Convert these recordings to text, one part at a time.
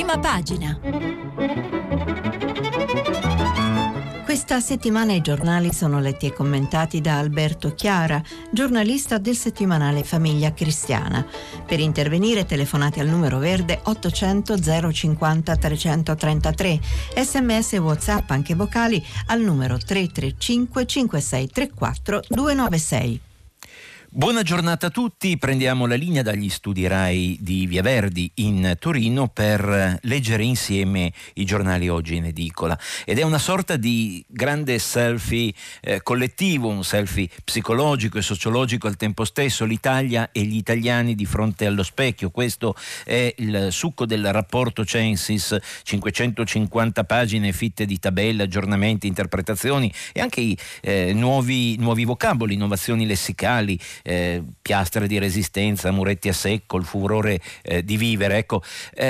Prima pagina. Questa settimana i giornali sono letti e commentati da Alberto Chiara, giornalista del settimanale Famiglia Cristiana. Per intervenire telefonate al numero verde 800 050 333, sms e WhatsApp anche vocali al numero 335 5634 296. Buona giornata a tutti, prendiamo la linea dagli studi RAI di Via Verdi in Torino per leggere insieme i giornali oggi in edicola, ed è una sorta di grande selfie collettivo, un selfie psicologico e sociologico al tempo stesso, l'Italia e gli italiani di fronte allo specchio. Questo è il succo del rapporto Censis, 550 pagine fitte di tabelle, aggiornamenti, interpretazioni e anche i nuovi vocaboli, innovazioni lessicali, piastre di resistenza, muretti a secco, il furore di vivere. Ecco,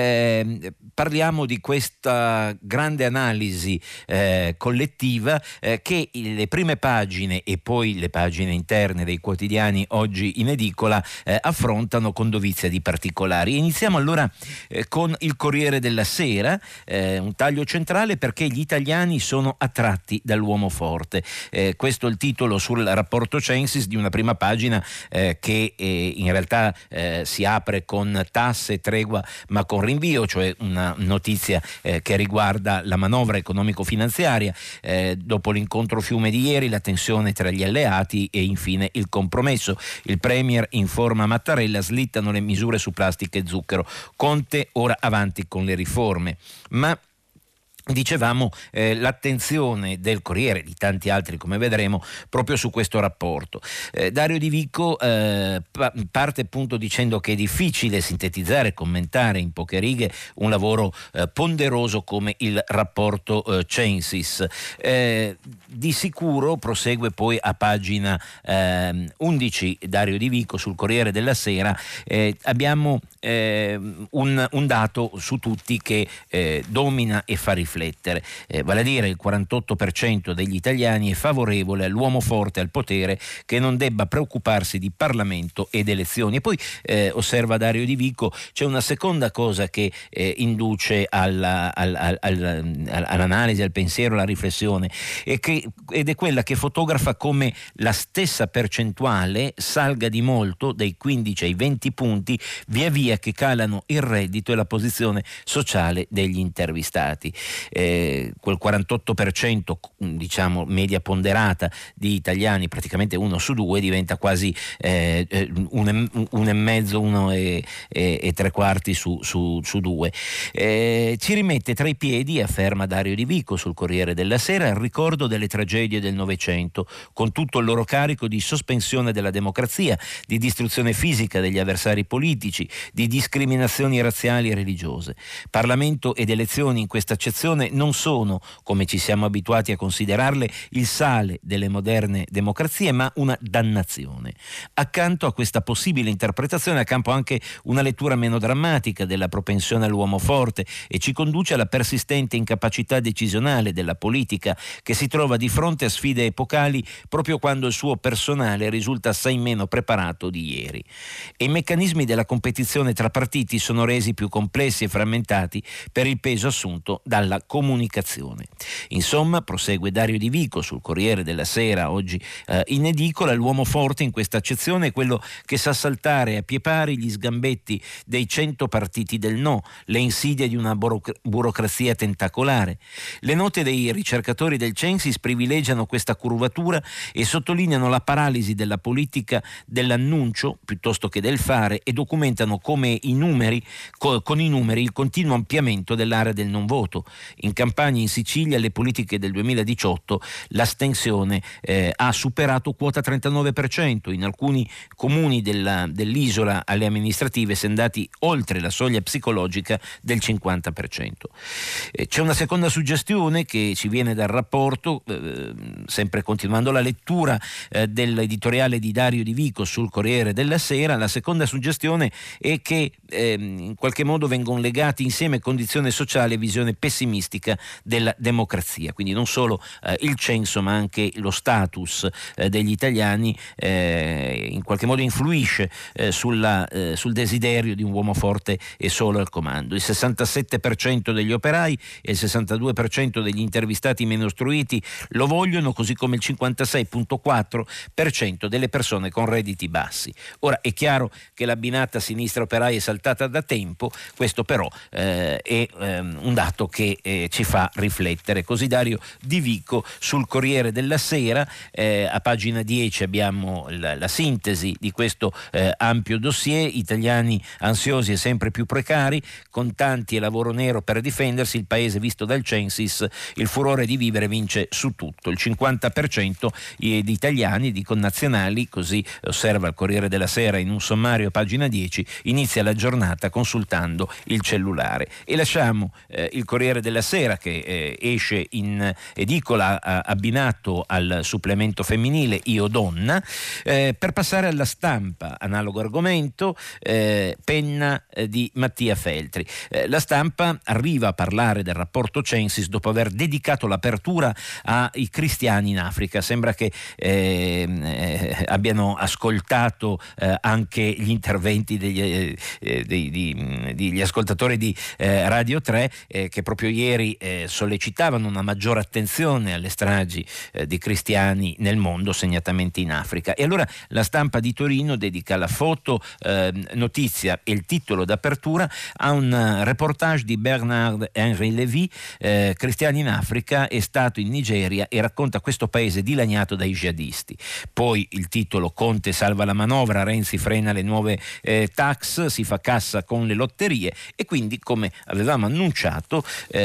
parliamo di questa grande analisi collettiva che le prime pagine e poi le pagine interne dei quotidiani oggi in edicola affrontano con dovizia di particolari. Iniziamo allora con il Corriere della Sera, un taglio centrale perché gli italiani sono attratti dall'uomo forte. Questo è il titolo sul rapporto Censis di una prima pagina che in realtà si apre con tasse, tregua ma con rinvio, cioè una notizia che riguarda la manovra economico-finanziaria, dopo l'incontro fiume di ieri, la tensione tra gli alleati e infine il compromesso. Il Premier informa Mattarella, slittano le misure su plastica e zucchero, Conte ora avanti con le riforme. Ma dicevamo l'attenzione del Corriere, di tanti altri come vedremo, proprio su questo rapporto. Dario Di Vico parte appunto dicendo che è difficile sintetizzare e commentare in poche righe un lavoro ponderoso come il rapporto Censis. Di sicuro, prosegue poi a pagina 11 Dario Di Vico sul Corriere della Sera, abbiamo un dato su tutti che domina e fa riflettere, vale a dire il 48% degli italiani è favorevole all'uomo forte al potere che non debba preoccuparsi di Parlamento ed elezioni. E poi osserva Dario Di Vico, c'è una seconda cosa che induce all'analisi, al pensiero, alla riflessione, ed è quella che fotografa come la stessa percentuale salga di molto, dai 15 ai 20 punti, via via che calano il reddito e la posizione sociale degli intervistati. Quel 48%, diciamo media ponderata di italiani, praticamente 1 su 2, diventa quasi 1,5, 1,75 su 2. Ci rimette tra i piedi, afferma Dario Di Vico sul Corriere della Sera, il ricordo delle tragedie del Novecento, con tutto il loro carico di sospensione della democrazia, di distruzione fisica degli avversari politici, di discriminazioni razziali e religiose. Parlamento ed elezioni in questa accezione non sono, come ci siamo abituati a considerarle, il sale delle moderne democrazie, ma una dannazione. Accanto a questa possibile interpretazione, a campo anche una lettura meno drammatica della propensione all'uomo forte, e ci conduce alla persistente incapacità decisionale della politica, che si trova di fronte a sfide epocali proprio quando il suo personale risulta assai meno preparato di ieri. E i meccanismi della competizione tra partiti sono resi più complessi e frammentati per il peso assunto dalla comunicazione. Insomma, prosegue Dario Di Vico sul Corriere della Sera oggi in edicola, l'uomo forte in questa accezione è quello che sa saltare a pie pari gli sgambetti dei 100 partiti del no, le insidie di una burocrazia tentacolare. Le note dei ricercatori del Censis privilegiano questa curvatura e sottolineano la paralisi della politica dell'annuncio piuttosto che del fare, e documentano come con i numeri il continuo ampliamento dell'area del non voto. In Campania, in Sicilia, le politiche del 2018, l'astensione ha superato quota 39%, in alcuni comuni dell'isola alle amministrative si è andati oltre la soglia psicologica del 50%. C'è una seconda suggestione che ci viene dal rapporto, sempre continuando la lettura dell'editoriale di Dario Di Vico sul Corriere della Sera. La seconda suggestione è che in qualche modo vengono legati insieme condizione sociale e visione pessimistica eufemistica della democrazia. Quindi non solo il censo ma anche lo status degli italiani in qualche modo influisce sul desiderio di un uomo forte e solo al comando. Il 67% degli operai e il 62% degli intervistati meno istruiti lo vogliono, così come il 56,4% delle persone con redditi bassi. Ora è chiaro che l'abbinata sinistra operaia è saltata da tempo, questo però è un dato che ci fa riflettere. Così Dario Di Vico sul Corriere della Sera, a pagina 10 abbiamo la sintesi di questo ampio dossier: italiani ansiosi e sempre più precari, contanti e lavoro nero per difendersi, il paese visto dal Censis, il furore di vivere vince su tutto. Il 50% di italiani, di connazionali, così osserva il Corriere della Sera in un sommario a pagina 10, inizia la giornata consultando il cellulare. E lasciamo il Corriere della Sera, che esce in edicola abbinato al supplemento femminile Io Donna, per passare alla Stampa, analogo argomento, penna di Mattia Feltri. La Stampa arriva a parlare del rapporto Censis dopo aver dedicato l'apertura ai cristiani in Africa. Sembra che abbiano ascoltato anche gli interventi degli ascoltatori di Radio 3, che proprio ieri sollecitavano una maggiore attenzione alle stragi di cristiani nel mondo, segnatamente in Africa. E allora la Stampa di Torino dedica la foto notizia e il titolo d'apertura a un reportage di Bernard Henry Lévy, cristiani in Africa, è stato in Nigeria e racconta questo paese dilaniato dai jihadisti. Poi il titolo: Conte salva la manovra, Renzi frena le nuove tax, si fa cassa con le lotterie. E quindi, come avevamo annunciato,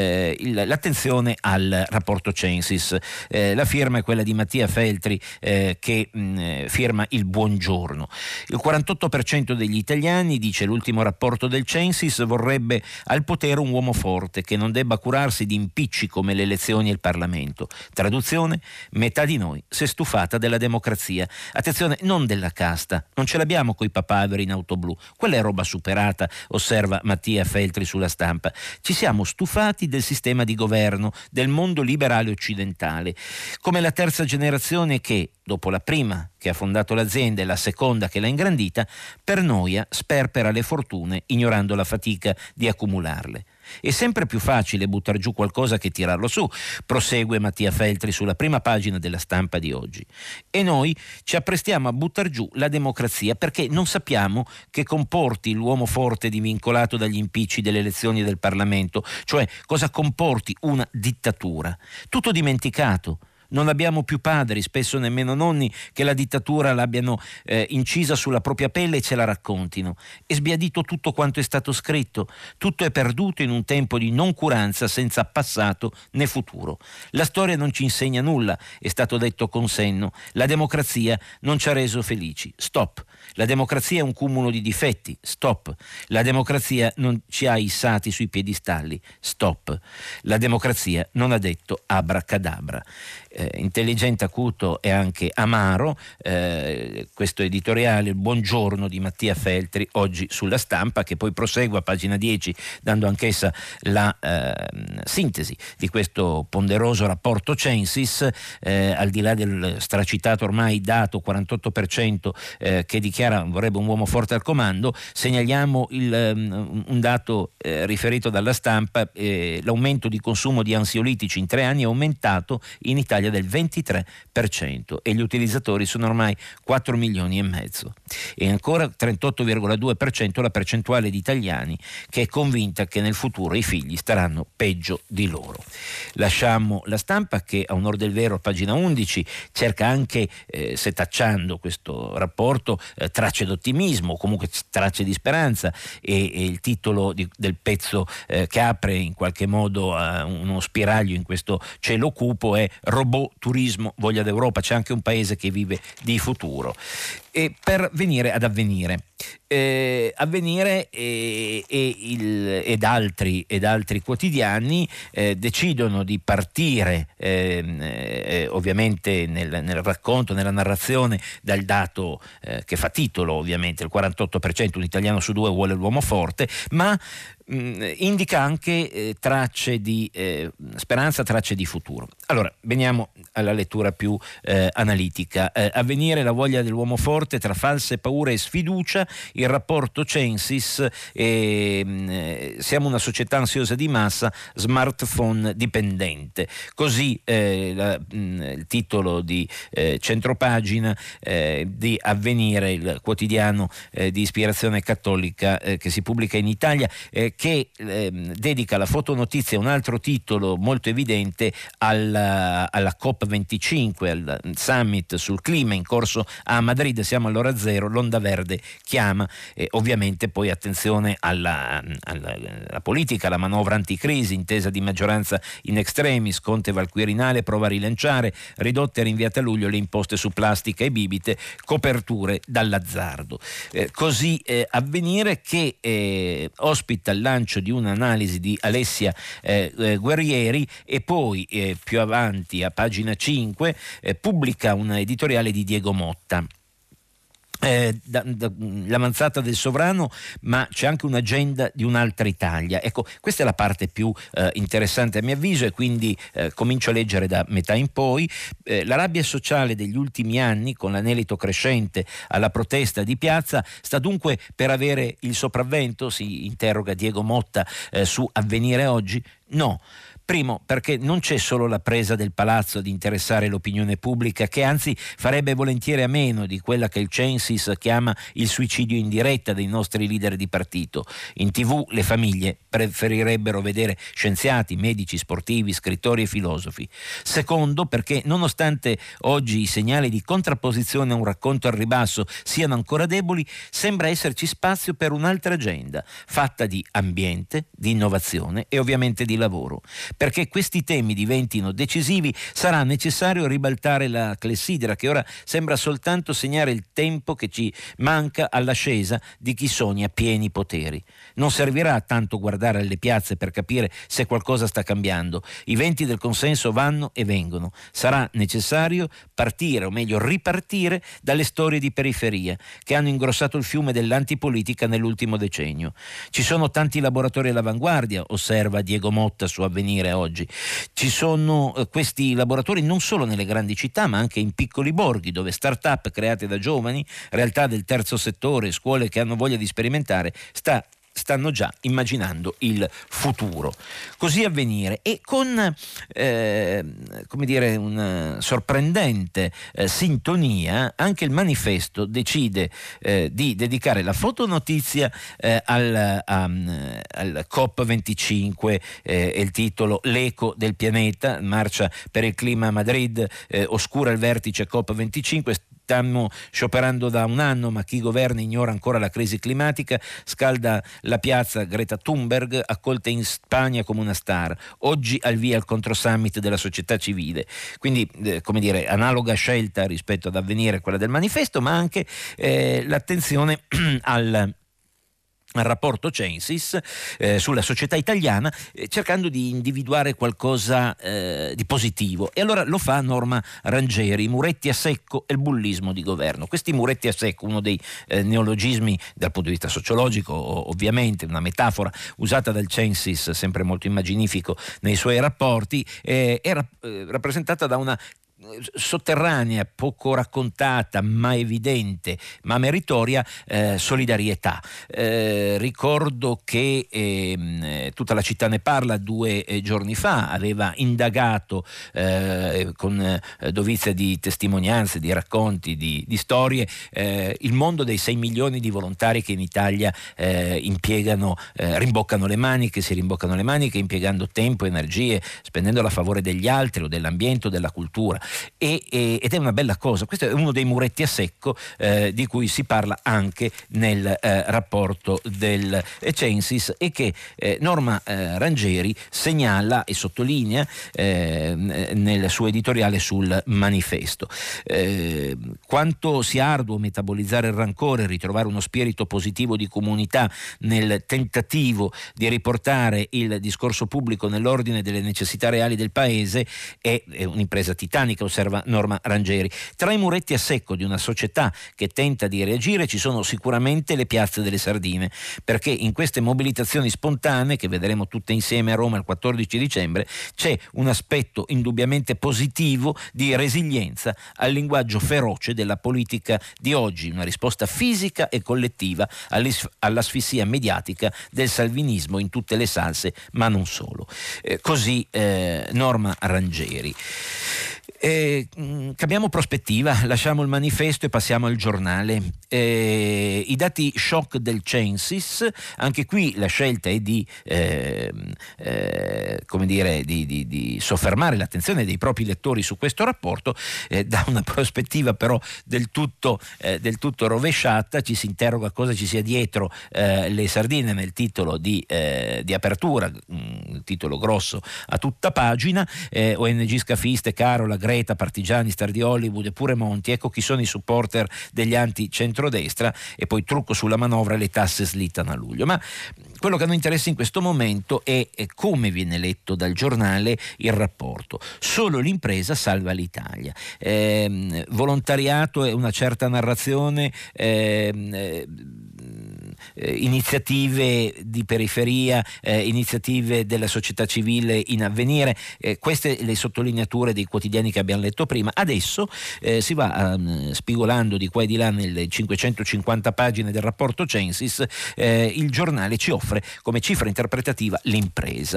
l'attenzione al rapporto Censis. La firma è quella di Mattia Feltri, che firma il buongiorno. Il 48% degli italiani, dice l'ultimo rapporto del Censis, vorrebbe al potere un uomo forte che non debba curarsi di impicci come le elezioni e il Parlamento. Traduzione: metà di noi si è stufata della democrazia. Attenzione, non della casta, non ce l'abbiamo coi papaveri in auto blu, quella è roba superata, osserva Mattia Feltri sulla Stampa. Ci siamo stufati del sistema di governo, del mondo liberale occidentale, come la terza generazione che, dopo la prima che ha fondato l'azienda e la seconda che l'ha ingrandita, per noia sperpera le fortune ignorando la fatica di accumularle. È sempre più facile buttar giù qualcosa che tirarlo su, prosegue Mattia Feltri sulla prima pagina della Stampa di oggi. E noi ci apprestiamo a buttar giù la democrazia perché non sappiamo che comporti l'uomo forte divincolato dagli impicci delle elezioni del Parlamento, cioè cosa comporti una dittatura. Tutto dimenticato. Non abbiamo più padri, spesso nemmeno nonni, che la dittatura l'abbiano incisa sulla propria pelle e ce la raccontino. È sbiadito tutto quanto è stato scritto, tutto è perduto in un tempo di noncuranza senza passato né futuro. La storia non ci insegna nulla, è stato detto con senno. La democrazia non ci ha reso felici. Stop. La democrazia è un cumulo di difetti. Stop. La democrazia non ci ha issati sui piedistalli. Stop. La democrazia non ha detto abracadabra. Intelligente, acuto e anche amaro questo editoriale, il buongiorno di Mattia Feltri, oggi sulla Stampa, che poi prosegue a pagina 10 dando anch'essa la sintesi di questo ponderoso rapporto Censis, al di là del stracitato ormai dato 48% che dichiara vorrebbe un uomo forte al comando. Segnaliamo un dato riferito dalla Stampa: l'aumento di consumo di ansiolitici in 3 anni è aumentato in Italia del 23% e gli utilizzatori sono ormai 4 milioni e mezzo. E ancora 38,2% la percentuale di italiani che è convinta che nel futuro i figli staranno peggio di loro. Lasciamo la Stampa, che a onor del vero a pagina 11 cerca anche, setacciando questo rapporto, tracce d'ottimismo, comunque tracce di speranza, e il titolo del pezzo che apre in qualche modo uno spiraglio in questo cielo cupo è: Robot, turismo, voglia d'Europa. C'è anche un paese che vive di futuro. e per venire ad Avvenire. Avvenire ed altri quotidiani decidono di partire ovviamente nel racconto, nella narrazione, dal dato che fa titolo, ovviamente il 48%, un italiano su due vuole l'uomo forte, ma indica anche tracce di speranza, tracce di futuro. Allora, veniamo alla lettura più analitica. Avvenire, la voglia dell'uomo forte tra false paure e sfiducia, il rapporto Censis, siamo una società ansiosa di massa, smartphone dipendente. Così il titolo di centropagina di Avvenire, il quotidiano di ispirazione cattolica che si pubblica in Italia, che dedica la fotonotizia, un altro titolo molto evidente, alla COP25, al summit sul clima in corso a Madrid. Siamo all'ora zero, l'onda verde chiama, ovviamente poi attenzione alla politica, alla manovra anticrisi, intesa di maggioranza in extremis, Conte va al Quirinale, prova a rilanciare, ridotte e rinviate a luglio le imposte su plastica e bibite, coperture dall'azzardo. Così Avvenire, che ospita il lancio di un'analisi di Alessia Guerrieri, e poi più avanti a pagina 5 pubblica un editoriale di Diego Motta. L'avanzata del sovrano, ma c'è anche un'agenda di un'altra Italia. Ecco, questa è la parte più interessante a mio avviso, e quindi comincio a leggere da metà in poi. La rabbia sociale degli ultimi anni, con l'anelito crescente alla protesta di piazza, sta dunque per avere il sopravvento? Si interroga Diego Motta su Avvenire oggi. No. Primo, perché non c'è solo la presa del palazzo ad interessare l'opinione pubblica, che anzi farebbe volentieri a meno di quella che il Censis chiama il suicidio in diretta dei nostri leader di partito. In TV le famiglie preferirebbero vedere scienziati, medici, sportivi, scrittori e filosofi. Secondo, perché nonostante oggi i segnali di contrapposizione a un racconto al ribasso siano ancora deboli, sembra esserci spazio per un'altra agenda, fatta di ambiente, di innovazione e ovviamente di lavoro. Perché questi temi diventino decisivi sarà necessario ribaltare la clessidra, che ora sembra soltanto segnare il tempo che ci manca all'ascesa di chi sogna pieni poteri. Non servirà tanto guardare alle piazze per capire se qualcosa sta cambiando. I venti del consenso vanno e vengono. Sarà necessario partire, o meglio ripartire, dalle storie di periferia che hanno ingrossato il fiume dell'antipolitica nell'ultimo decennio. Ci sono tanti laboratori all'avanguardia, osserva Diego Motta su Avvenire oggi. Ci sono questi laboratori non solo nelle grandi città, ma anche in piccoli borghi, dove start-up create da giovani, realtà del terzo settore, scuole che hanno voglia di sperimentare, stanno già immaginando il futuro. Così Avvenire, e con una sorprendente sintonia anche il Manifesto decide di dedicare la fotonotizia al COP25, e il titolo L'eco del pianeta, marcia per il clima a Madrid, oscura il vertice COP25. Stiamo scioperando da un anno, ma chi governa ignora ancora la crisi climatica. Scalda la piazza Greta Thunberg, accolta in Spagna come una star. Oggi al via il controsummit della società civile. Quindi, analoga scelta rispetto ad Avvenire, quella del Manifesto, ma anche l'attenzione al rapporto Censis sulla società italiana, cercando di individuare qualcosa di positivo. E allora lo fa Norma Rangeri, muretti a secco e il bullismo di governo. Questi muretti a secco, uno dei neologismi dal punto di vista sociologico, ovviamente una metafora usata dal Censis, sempre molto immaginifico nei suoi rapporti, era rappresentata da una sotterranea, poco raccontata, ma evidente, ma meritoria solidarietà. Ricordo che tutta la città ne parla 2 giorni fa, aveva indagato con dovizia di testimonianze, di racconti, di storie, il mondo dei 6 milioni di volontari che in Italia impiegano, rimboccano le maniche, si rimboccano le maniche impiegando tempo, energie, spendendolo a favore degli altri o dell'ambiente o della cultura. ed è una bella cosa. Questo è uno dei muretti a secco di cui si parla anche nel rapporto del Censis e che Norma Rangieri segnala e sottolinea nel suo editoriale sul Manifesto. Quanto sia arduo metabolizzare il rancore e ritrovare uno spirito positivo di comunità nel tentativo di riportare il discorso pubblico nell'ordine delle necessità reali del paese è un'impresa titanica, osserva Norma Rangieri. Tra i muretti a secco di una società che tenta di reagire ci sono sicuramente le piazze delle sardine, perché in queste mobilitazioni spontanee che vedremo tutte insieme a Roma il 14 dicembre c'è un aspetto indubbiamente positivo di resilienza al linguaggio feroce della politica di oggi, una risposta fisica e collettiva all'asfissia mediatica del salvinismo in tutte le salse, ma non solo. Così Norma Rangieri. Cambiamo prospettiva, lasciamo il Manifesto e passiamo al Giornale. I dati shock del Censis, anche qui la scelta è di soffermare l'attenzione dei propri lettori su questo rapporto da una prospettiva però del tutto rovesciata. Ci si interroga cosa ci sia dietro le sardine nel titolo di apertura, un titolo grosso a tutta pagina, ONG scafiste, Carola, Greta, partigiani, star di Hollywood e pure Monti, ecco chi sono i supporter degli anti-centrodestra, e poi trucco sulla manovra, le tasse slittano a luglio. Ma quello che a noi interessa in questo momento è come viene letto dal Giornale il rapporto. Solo l'impresa salva l'Italia. Volontariato e una certa narrazione, iniziative di periferia, iniziative della società civile in avvenire, queste le sottolineature dei quotidiani che abbiamo letto prima. Adesso si va spigolando di qua e di là nelle 550 pagine del rapporto Censis. Il Giornale ci offre come cifra interpretativa l'impresa.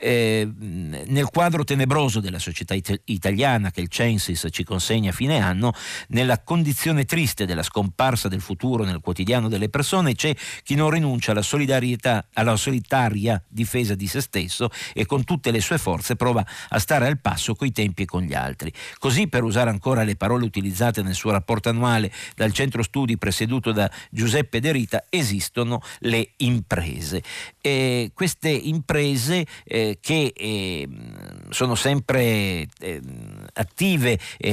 Nel quadro tenebroso della società italiana che il Censis ci consegna a fine anno, nella condizione triste della scomparsa del futuro nel quotidiano delle persone, c'è chi non rinuncia alla solitaria difesa di se stesso e con tutte le sue forze prova a stare al passo coi tempi e con gli altri. Così, per usare ancora le parole utilizzate nel suo rapporto annuale dal centro studi presieduto da Giuseppe De Rita, esistono le imprese. Queste imprese che sono sempre attive,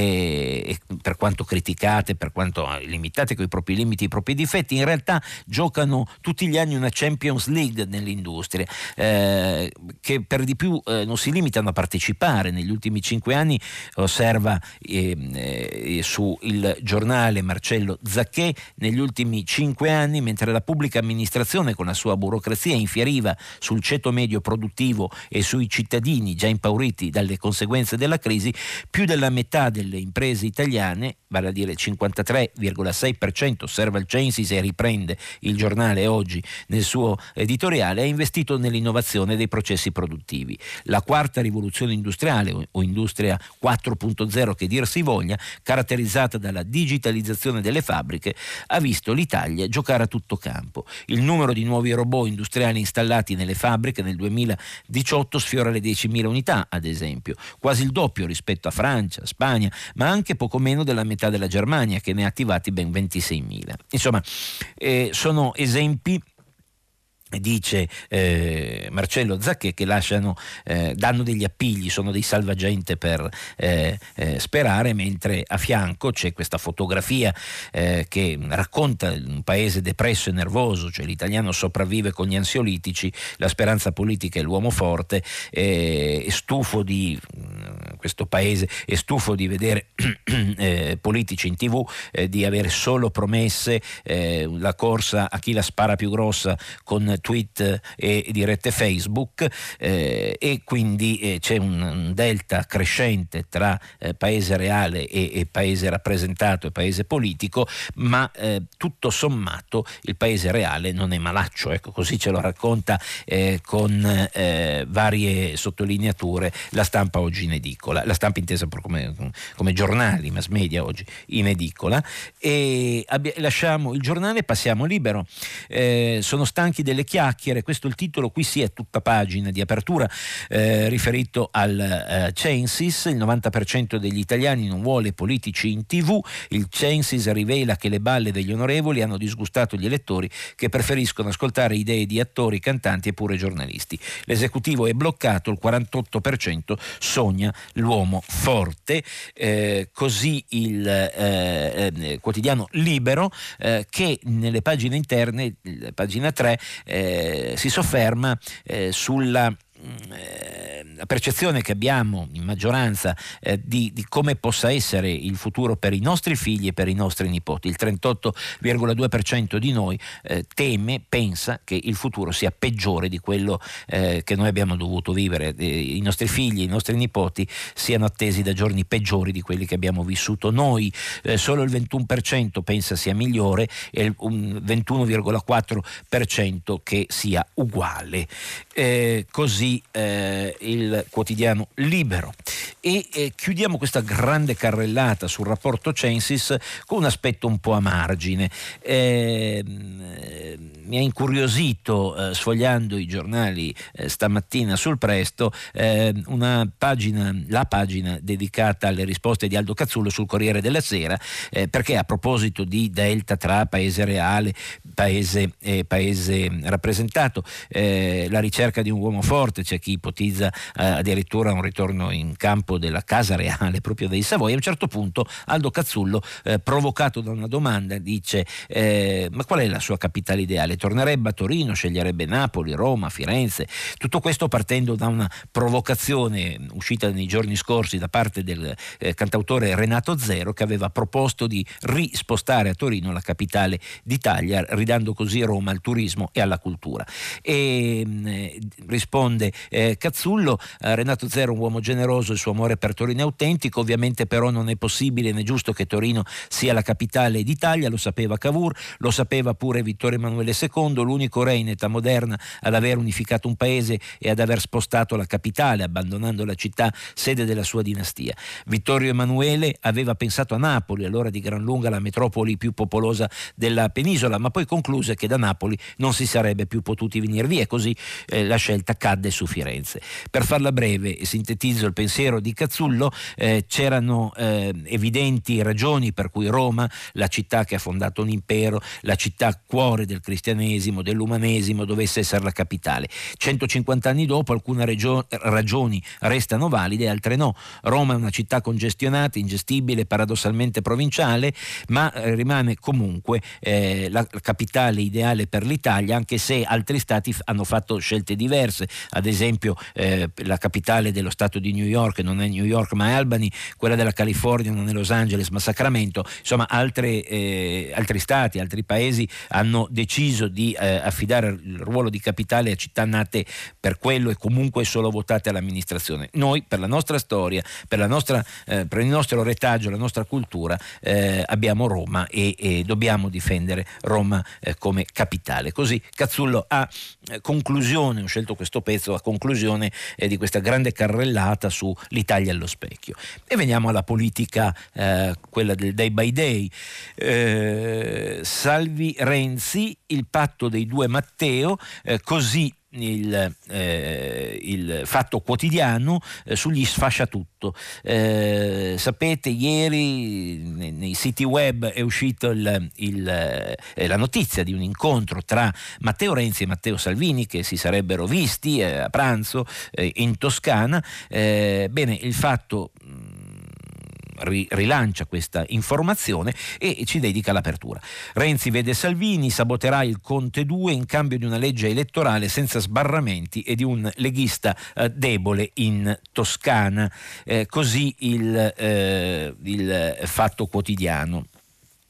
per quanto criticate, per quanto limitate con i propri limiti, i propri difetti, in realtà giocano tutti gli anni una Champions League nell'industria, che per di più non si limitano a partecipare. Negli ultimi 5 anni, osserva su Il Giornale Marcello Zacchè, negli ultimi 5 anni, mentre la pubblica amministrazione con la sua burocrazia infieriva sul ceto medio produttivo e sui cittadini già impauriti dalle conseguenze della crisi, più della metà delle imprese italiane, vale a dire il 53,6%, osserva il Censis e riprende il Giornale oggi nel suo editoriale, ha investito nell'innovazione dei processi produttivi. La quarta rivoluzione industriale, o industria 4.0 che dir si voglia, caratterizzata dalla digitalizzazione delle fabbriche, ha visto l'Italia giocare a tutto campo. Il numero di nuovi robot industriali installati nelle fabbriche nel 2018 sfiora le 10.000 unità, ad esempio, quasi il doppio rispetto a Francia, Spagna, ma anche poco meno della metà della Germania, che ne ha attivati ben 26.000. Insomma, sono esempi, dice Marcello Zacchè, che danno degli appigli, sono dei salvagente per sperare, mentre a fianco c'è questa fotografia che racconta un paese depresso e nervoso, cioè l'italiano sopravvive con gli ansiolitici, la speranza politica è l'uomo forte, è stufo di questo paese, è stufo di vedere politici in TV, di avere solo promesse, la corsa a chi la spara più grossa con tweet e dirette Facebook, e quindi c'è un delta crescente tra paese reale e paese rappresentato e paese politico, ma tutto sommato il paese reale non è malaccio, ecco, così ce lo racconta con varie sottolineature la Stampa oggi in edicola. edicola, la stampa intesa come giornali, mass media oggi in edicola, e lasciamo il giornale e passiamo Libero. Sono stanchi delle chiacchiere, questo è il titolo, qui sì è tutta pagina di apertura, riferito al Censis. Il 90% degli italiani non vuole politici in TV, il Censis rivela che le balle degli onorevoli hanno disgustato gli elettori che preferiscono ascoltare idee di attori, cantanti e pure giornalisti. L'esecutivo è bloccato, il 48% sogna l'uomo forte, così il quotidiano Libero, che nelle pagine interne, pagina 3, si sofferma sulla percezione che abbiamo in maggioranza di come possa essere il futuro per i nostri figli e per i nostri nipoti. Il 38,2% di noi pensa che il futuro sia peggiore di quello che noi abbiamo dovuto vivere. I nostri figli, i nostri nipoti siano attesi da giorni peggiori di quelli che abbiamo vissuto noi. Solo il 21% pensa sia migliore e un 21,4% che sia uguale. Così il quotidiano Libero. E chiudiamo questa grande carrellata sul rapporto Censis con un aspetto un po' a margine. Mi ha incuriosito, sfogliando i giornali stamattina sul Presto, la pagina dedicata alle risposte di Aldo Cazzullo sul Corriere della Sera, perché a proposito di Delta tra paese reale, paese rappresentato, la ricerca di un uomo forte, c'è chi ipotizza addirittura un ritorno in campo della casa reale proprio dei Savoia. A un certo punto Aldo Cazzullo, provocato da una domanda, dice: ma qual è la sua capitale ideale? Tornerebbe a Torino, sceglierebbe Napoli, Roma, Firenze? Tutto questo partendo da una provocazione uscita nei giorni scorsi da parte del cantautore Renato Zero, che aveva proposto di rispostare a Torino la capitale d'Italia, ridando così Roma al turismo e alla cultura. E risponde Cazzullo: Renato Zero, un uomo generoso, il suo amore per Torino è autentico, ovviamente però non è possibile né giusto che Torino sia la capitale d'Italia, lo sapeva Cavour, lo sapeva pure Vittorio Emanuele II, l'unico re in età moderna ad aver unificato un paese e ad aver spostato la capitale, abbandonando la città sede della sua dinastia. Vittorio Emanuele aveva pensato a Napoli, allora di gran lunga la metropoli più popolosa della penisola, ma poi concluse che da Napoli non si sarebbe più potuti venire via, e così la scelta cadde su Firenze. Per farla breve, sintetizzo il pensiero di Cazzullo: c'erano evidenti ragioni per cui Roma, la città che ha fondato un impero, la città cuore del cristianesimo, dell'umanesimo, dovesse essere la capitale. 150 anni dopo alcune ragioni restano valide, altre no. Roma è una città congestionata, ingestibile, paradossalmente provinciale, ma rimane comunque la capitale ideale per l'Italia, anche se altri stati hanno fatto scelte diverse. Ad esempio la capitale dello stato di New York non è New York ma è Albany, quella della California non è Los Angeles ma Sacramento. Insomma, altri stati, altri paesi hanno deciso di affidare il ruolo di capitale a città nate per quello e comunque solo votate all'amministrazione. Noi, per la nostra storia, per il nostro retaggio, la nostra cultura, abbiamo Roma e dobbiamo difendere Roma come capitale. Così Cazzullo, a conclusione, ho scelto questo pezzo a conclusione di questa grande carrellata su l'Italia allo specchio. E veniamo alla politica, quella del day by day. Salvi Renzi, il patto dei due Matteo, così il Fatto Quotidiano sugli sfasciatutto. Sapete, ieri nei siti web è uscito la notizia di un incontro tra Matteo Renzi e Matteo Salvini, che si sarebbero visti a pranzo in Toscana. Bene, il Fatto rilancia questa informazione e ci dedica l'apertura. Renzi vede Salvini, saboterà il Conte 2 in cambio di una legge elettorale senza sbarramenti e di un leghista debole in Toscana. Così il Fatto Quotidiano.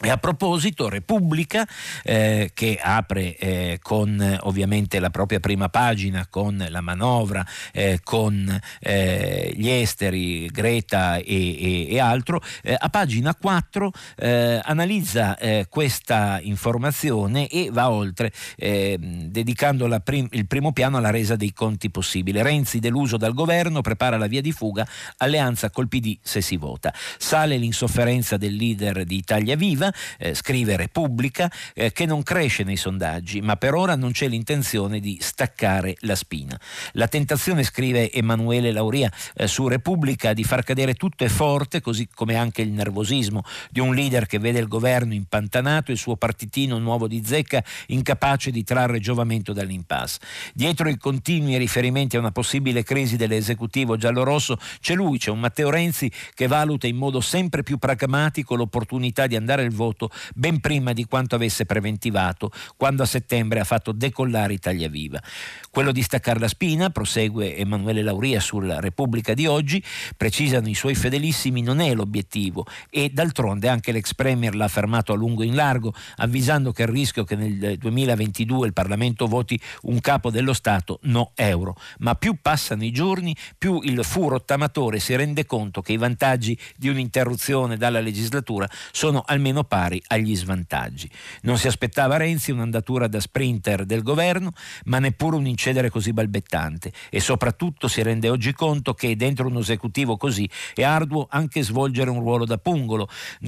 E a proposito, Repubblica, che apre con ovviamente la propria prima pagina, con la manovra, con gli esteri, Greta e altro, a pagina 4 analizza questa informazione e va oltre, dedicando il primo piano alla resa dei conti possibile. Renzi deluso dal governo, prepara la via di fuga, alleanza col PD se si vota. Sale l'insofferenza del leader di Italia Viva, scrive Repubblica, che non cresce nei sondaggi, ma per ora non c'è l'intenzione di staccare la spina. La tentazione, scrive Emanuele Lauria su Repubblica, di far cadere tutto è forte, così come anche il nervosismo di un leader che vede il governo impantanato e il suo partitino nuovo di zecca incapace di trarre giovamento dall'impasse. Dietro i continui riferimenti a una possibile crisi dell'esecutivo giallorosso c'è un Matteo Renzi che valuta in modo sempre più pragmatico l'opportunità di andare al voto ben prima di quanto avesse preventivato quando a settembre ha fatto decollare Italia Viva. Quello di staccare la spina, prosegue Emanuele Lauria sulla Repubblica di oggi, precisano i suoi fedelissimi, non è l'obiettivo, e d'altronde anche l'ex premier l'ha affermato a lungo e in largo, avvisando che il rischio che nel 2022 il Parlamento voti un capo dello Stato no euro. Ma più passano i giorni, più il fu rottamatore si rende conto che i vantaggi di un'interruzione dalla legislatura sono almeno pari agli svantaggi. Non si aspettava Renzi un'andatura da sprinter del governo, ma neppure un incedere così balbettante, e soprattutto si rende oggi conto che dentro un esecutivo così è arduo anche svolgere un ruolo da pungolo,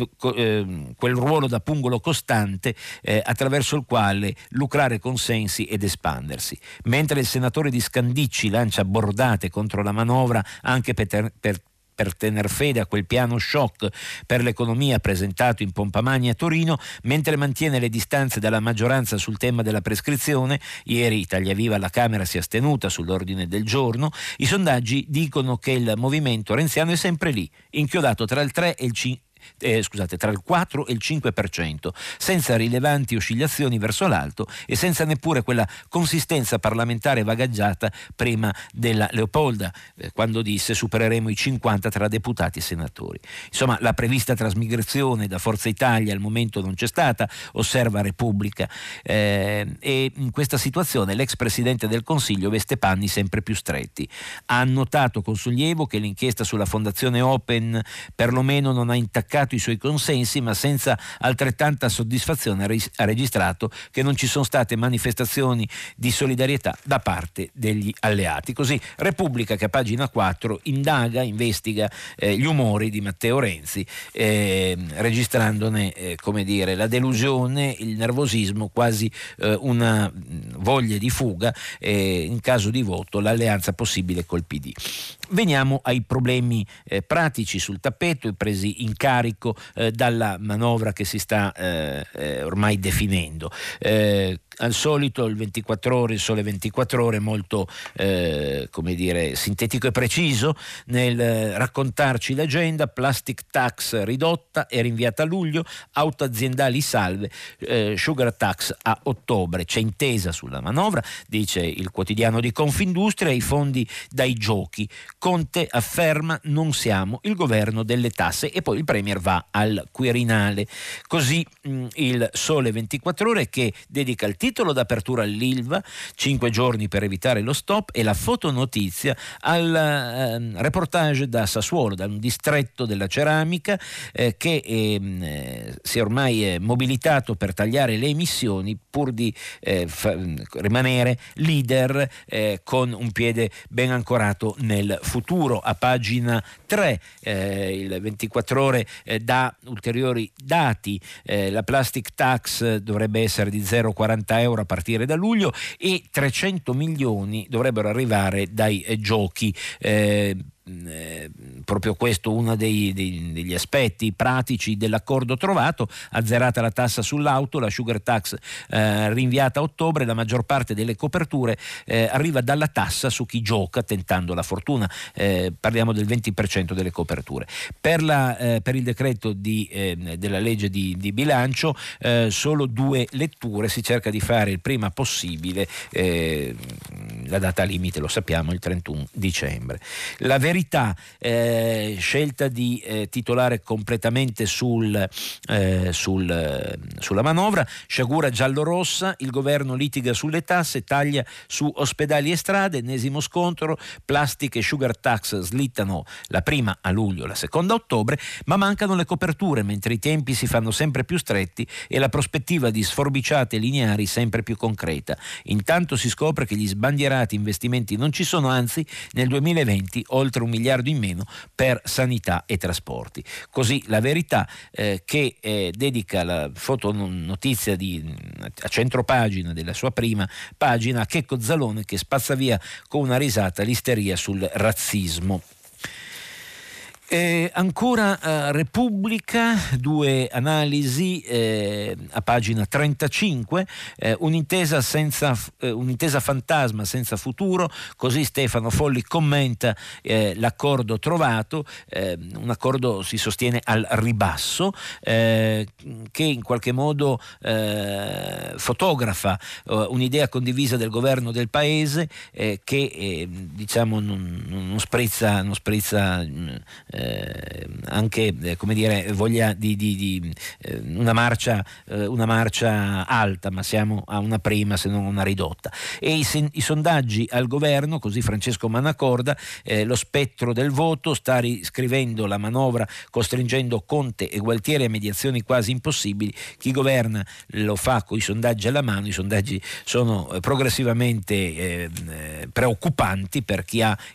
quel ruolo da pungolo costante attraverso il quale lucrare consensi ed espandersi. Mentre il senatore di Scandicci lancia bordate contro la manovra anche per tener fede a quel piano shock per l'economia presentato in pompa magna a Torino, mentre mantiene le distanze dalla maggioranza sul tema della prescrizione, ieri Italia Viva alla Camera si è astenuta sull'ordine del giorno, i sondaggi dicono che il movimento renziano è sempre lì, inchiodato tra il 3 e il 5%. Tra il 4 e il 5%, senza rilevanti oscillazioni verso l'alto e senza neppure quella consistenza parlamentare vagaggiata prima della Leopolda, quando disse supereremo i 50 tra deputati e senatori. Insomma, la prevista trasmigrazione da Forza Italia al momento non c'è stata, osserva Repubblica, e in questa situazione l'ex Presidente del Consiglio veste panni sempre più stretti. Ha annotato con sollievo che l'inchiesta sulla Fondazione Open perlomeno non ha intaccato i suoi consensi, ma senza altrettanta soddisfazione ha registrato che non ci sono state manifestazioni di solidarietà da parte degli alleati. Così Repubblica, che a pagina 4 investiga gli umori di Matteo Renzi, registrandone la delusione, il nervosismo, quasi una voglia di fuga, in caso di voto l'alleanza possibile col PD. Veniamo ai problemi pratici sul tappeto e presi in carico dalla manovra che si sta ormai definendo. Al solito il 24 ore, il Sole 24 ore molto sintetico e preciso nel raccontarci l'agenda: plastic tax ridotta e rinviata a luglio, auto aziendali salve, sugar tax a ottobre. C'è intesa sulla manovra, dice il quotidiano di Confindustria, i fondi dai giochi. Conte afferma non siamo il governo delle tasse, e poi il premier va al Quirinale. Così il Sole 24 ore, che dedica il titolo d'apertura all'Ilva, 5 giorni per evitare lo stop, e la fotonotizia al reportage da Sassuolo, da un distretto della ceramica che si è ormai mobilitato per tagliare le emissioni pur di rimanere leader con un piede ben ancorato nel futuro. A pagina 3 il 24 ore dà ulteriori dati. La plastic tax dovrebbe essere di 0,40 euro a partire da luglio e 300 milioni dovrebbero arrivare dai giochi. Proprio questo uno degli aspetti pratici dell'accordo trovato. Azzerata la tassa sull'auto, la sugar tax rinviata a ottobre, la maggior parte delle coperture arriva dalla tassa su chi gioca tentando la fortuna, parliamo del 20% delle coperture. Per il decreto della legge di bilancio solo 2 letture, si cerca di fare il prima possibile la data limite lo sappiamo, il 31 dicembre. La Verità, scelta di titolare completamente sulla manovra, sciagura giallo-rossa, il governo litiga sulle tasse, taglia su ospedali e strade, ennesimo scontro, plastica e sugar tax slittano la prima a luglio, la seconda a ottobre, ma mancano le coperture mentre i tempi si fanno sempre più stretti e la prospettiva di sforbiciate lineari sempre più concreta. Intanto si scopre che gli sbandierati investimenti non ci sono, anzi nel 2020 oltre 1 miliardo in meno per sanità e trasporti. Così La Verità, che dedica la fotonotizia a centropagina della sua prima pagina a Checco Zalone, che spazza via con una risata l'isteria sul razzismo. Ancora Repubblica, 2 analisi a pagina 35, un'intesa fantasma senza futuro, così Stefano Folli commenta l'accordo trovato, un accordo si sostiene al ribasso, che in qualche modo fotografa un'idea condivisa del governo del paese, che diciamo non sprizza anche voglia di una marcia alta, ma siamo a una prima se non una ridotta. E i sondaggi al governo, così Francesco Manacorda, lo spettro del voto sta riscrivendo la manovra, costringendo Conte e Gualtieri a mediazioni quasi impossibili. Chi governa lo fa con i sondaggi alla mano. I sondaggi sono progressivamente preoccupanti per chi ha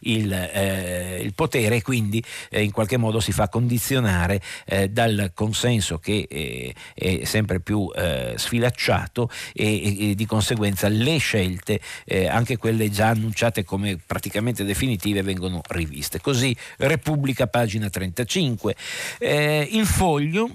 il potere, e quindi in qualche modo si fa condizionare dal consenso che è sempre più sfilacciato, e di conseguenza le scelte, anche quelle già annunciate come praticamente definitive, vengono riviste. Così Repubblica, pagina 35. Il Foglio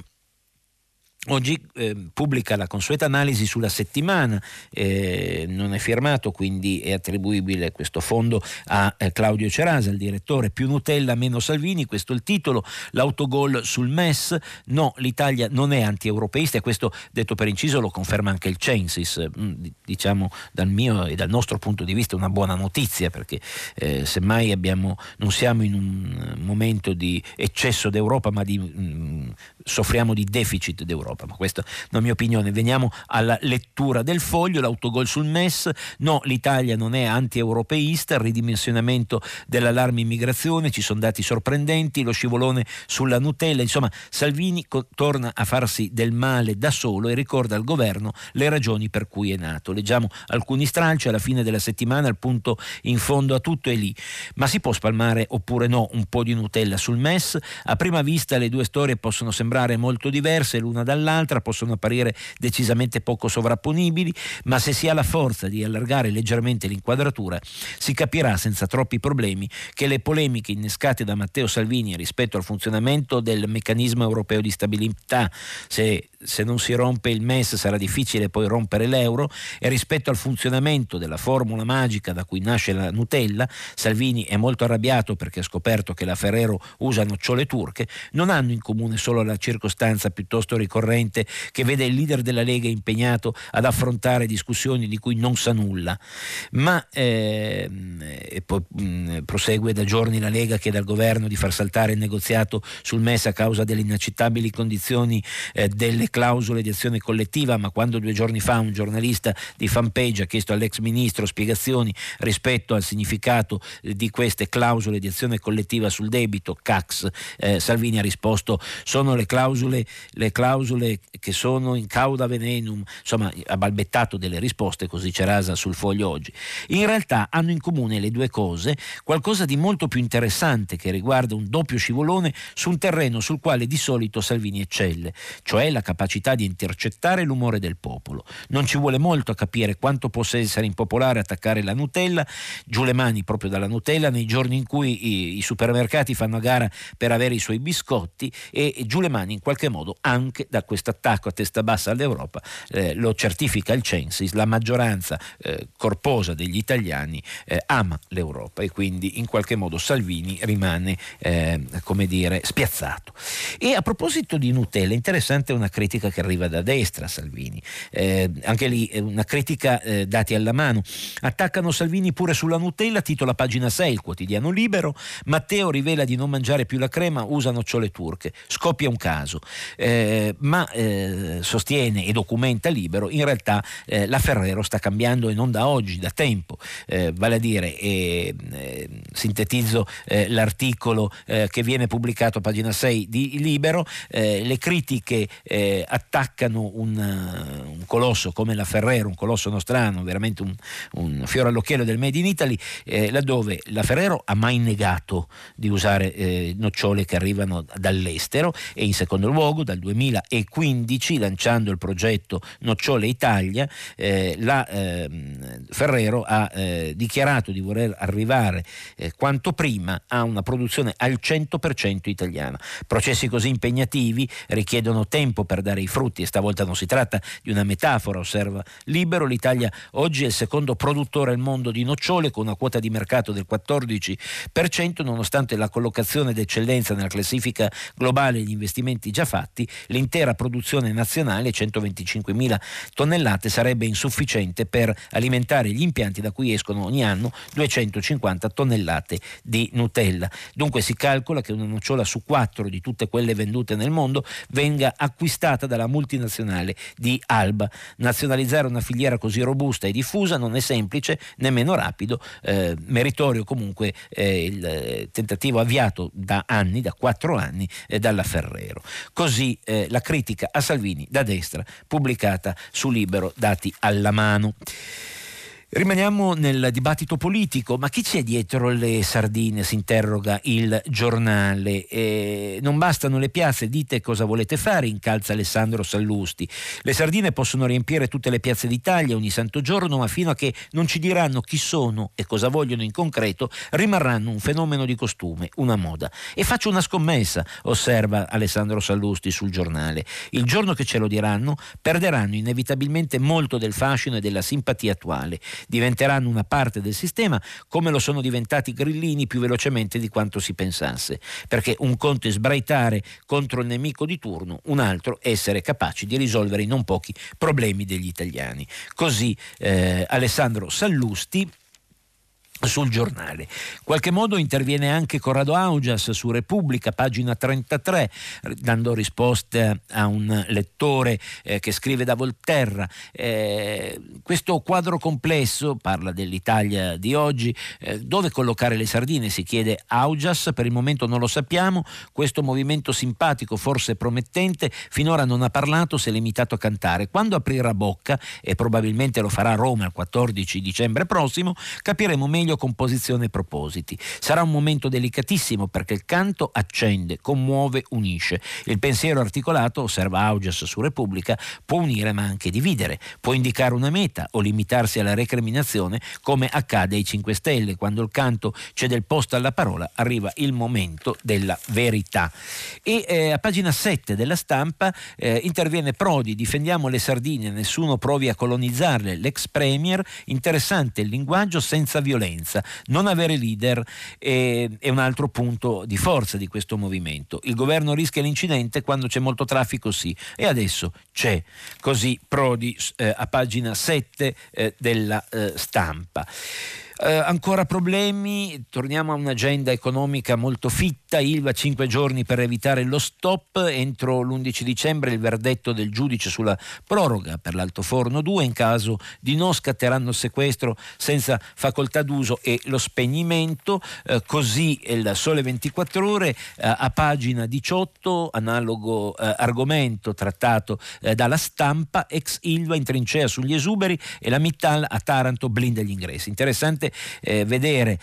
oggi pubblica la consueta analisi sulla settimana, non è firmato, quindi è attribuibile questo fondo a Claudio Cerasa, il direttore. Più Nutella, meno Salvini, questo è il titolo. L'autogol sul MES, no, l'Italia non è anti-europeista, e questo, detto per inciso, lo conferma anche il Censis, diciamo dal mio e dal nostro punto di vista una buona notizia, perché semmai non siamo in un momento di eccesso d'Europa, ma soffriamo di deficit d'Europa. Ma questa è la mia opinione. Veniamo alla lettura del Foglio. L'autogol sul MES, no, l'Italia non è anti-europeista, il ridimensionamento dell'allarme immigrazione, ci sono dati sorprendenti, lo scivolone sulla Nutella, insomma Salvini torna a farsi del male da solo e ricorda al governo le ragioni per cui è nato. Leggiamo alcuni stralci alla fine della settimana, il punto in fondo a tutto è lì. Ma si può spalmare oppure no un po' di Nutella sul MES? A prima vista le due storie possono sembrare molto diverse l'una dall'altra, possono apparire decisamente poco sovrapponibili, ma se si ha la forza di allargare leggermente l'inquadratura si capirà senza troppi problemi che le polemiche innescate da Matteo Salvini rispetto al funzionamento del meccanismo europeo di stabilità, se non si rompe il MES sarà difficile poi rompere l'euro, e rispetto al funzionamento della formula magica da cui nasce la Nutella, Salvini è molto arrabbiato perché ha scoperto che la Ferrero usa nocciole turche, non hanno in comune solo la circostanza piuttosto ricorrente che vede il leader della Lega impegnato ad affrontare discussioni di cui non sa nulla, ma e poi prosegue: da giorni la Lega chiede al governo di far saltare il negoziato sul MES a causa delle inaccettabili condizioni delle clausole di azione collettiva, ma quando 2 giorni fa un giornalista di Fanpage ha chiesto all'ex ministro spiegazioni rispetto al significato di queste clausole di azione collettiva sul debito, CAX, Salvini ha risposto: sono le clausole che sono in cauda venenum, insomma ha balbettato delle risposte, così Cerasa sul Foglio oggi. In realtà hanno in comune le due cose qualcosa di molto più interessante, che riguarda un doppio scivolone su un terreno sul quale di solito Salvini eccelle, cioè la capacità di intercettare l'umore del popolo. Non ci vuole molto a capire quanto possa essere impopolare attaccare la Nutella, giù le mani proprio dalla Nutella, nei giorni in cui i supermercati fanno a gara per avere i suoi biscotti, e giù le mani in qualche modo anche da questo attacco a testa bassa all'Europa. Lo certifica il Censis, la maggioranza corposa degli italiani ama l'Europa, e quindi in qualche modo Salvini rimane spiazzato. E a proposito di Nutella, interessante una critica critica che arriva da destra a Salvini, anche lì una critica dati alla mano. Attaccano Salvini pure sulla Nutella, titola Pagina 6 il quotidiano Libero. Matteo rivela di non mangiare più la crema, usa nocciole turche, scoppia un caso, ma sostiene e documenta Libero, in realtà la Ferrero sta cambiando, e non da oggi, da tempo, vale a dire, sintetizzo l'articolo che viene pubblicato a Pagina 6 di Libero. Le critiche attaccano un colosso come la Ferrero, un colosso nostrano, veramente un fiore all'occhiello del Made in Italy, laddove la Ferrero ha mai negato di usare nocciole che arrivano dall'estero, e in secondo luogo dal 2015, lanciando il progetto Nocciole Italia, la Ferrero ha dichiarato di voler arrivare quanto prima a una produzione al 100% italiana. Processi così impegnativi richiedono tempo per dare i frutti, e stavolta non si tratta di una metafora, osserva Libero. L'Italia oggi è il secondo produttore al mondo di nocciole, con una quota di mercato del 14%, nonostante la collocazione d'eccellenza nella classifica globale degli investimenti già fatti. L'intera produzione nazionale, 125.000 tonnellate, sarebbe insufficiente per alimentare gli impianti da cui escono ogni anno 250 tonnellate di Nutella. Dunque si calcola che una nocciola su 4 di tutte quelle vendute nel mondo venga acquistata dalla multinazionale di Alba. Nazionalizzare una filiera così robusta e diffusa non è semplice, nemmeno rapido, meritorio comunque il tentativo avviato da 4 anni dalla Ferrero. Così la critica a Salvini da destra, pubblicata su Libero, dati alla mano. Rimaniamo nel dibattito politico, ma chi c'è dietro le sardine? Si interroga il giornale. Non bastano le piazze, dite cosa volete fare, incalza Alessandro Sallusti. Le sardine possono riempire tutte le piazze d'Italia ogni santo giorno, ma fino a che non ci diranno chi sono e cosa vogliono in concreto, rimarranno un fenomeno di costume, una moda. E faccio una scommessa, osserva Alessandro Sallusti sul giornale. Il giorno che ce lo diranno, perderanno inevitabilmente molto del fascino e della simpatia attuale. Diventeranno una parte del sistema, come lo sono diventati i grillini più velocemente di quanto si pensasse, perché un conto è sbraitare contro il nemico di turno, un altro è essere capaci di risolvere i non pochi problemi degli italiani. Così Alessandro Sallusti sul giornale. Qualche modo interviene anche Corrado Augias su Repubblica, pagina 33, dando risposta a un lettore che scrive da Volterra. Questo quadro complesso, parla dell'Italia di oggi, dove collocare le sardine, si chiede Augias. Per il momento non lo sappiamo. Questo movimento simpatico, forse promettente, finora non ha parlato, si è limitato a cantare. Quando aprirà bocca, e probabilmente lo farà a Roma il 14 dicembre prossimo, capiremo meglio composizione e propositi. Sarà un momento delicatissimo, perché il canto accende, commuove, unisce. Il pensiero articolato, osserva Augias su Repubblica, può unire ma anche dividere, può indicare una meta o limitarsi alla recriminazione, come accade ai 5 Stelle. Quando il canto cede il posto alla parola, arriva il momento della verità. E a pagina 7 della Stampa interviene Prodi: difendiamo le sardine, nessuno provi a colonizzarle. L'ex premier: interessante il linguaggio senza violenza. Non avere leader è un altro punto di forza di questo movimento. Il governo rischia l'incidente quando c'è molto traffico, sì, e adesso c'è. Così Prodi a pagina 7 della Stampa. Ancora problemi, torniamo a un'agenda economica molto fitta. Ilva 5 giorni per evitare lo stop, entro l'11 dicembre il verdetto del giudice sulla proroga per l'altoforno 2, in caso di no scatteranno il sequestro senza facoltà d'uso e lo spegnimento. Così il Sole 24 Ore a pagina 18, analogo argomento trattato dalla Stampa. Ex Ilva in trincea sugli esuberi e la Mittal a Taranto blinda gli ingressi. Interessante vedere,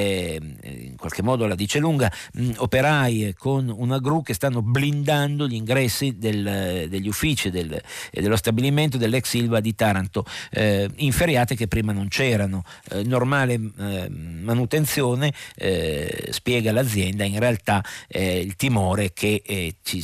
in qualche modo la dice lunga, operai con una gru che stanno blindando gli ingressi degli uffici dello stabilimento dell'ex Ilva di Taranto, in feriate che prima non c'erano. Normale manutenzione, spiega l'azienda. In realtà il timore che ci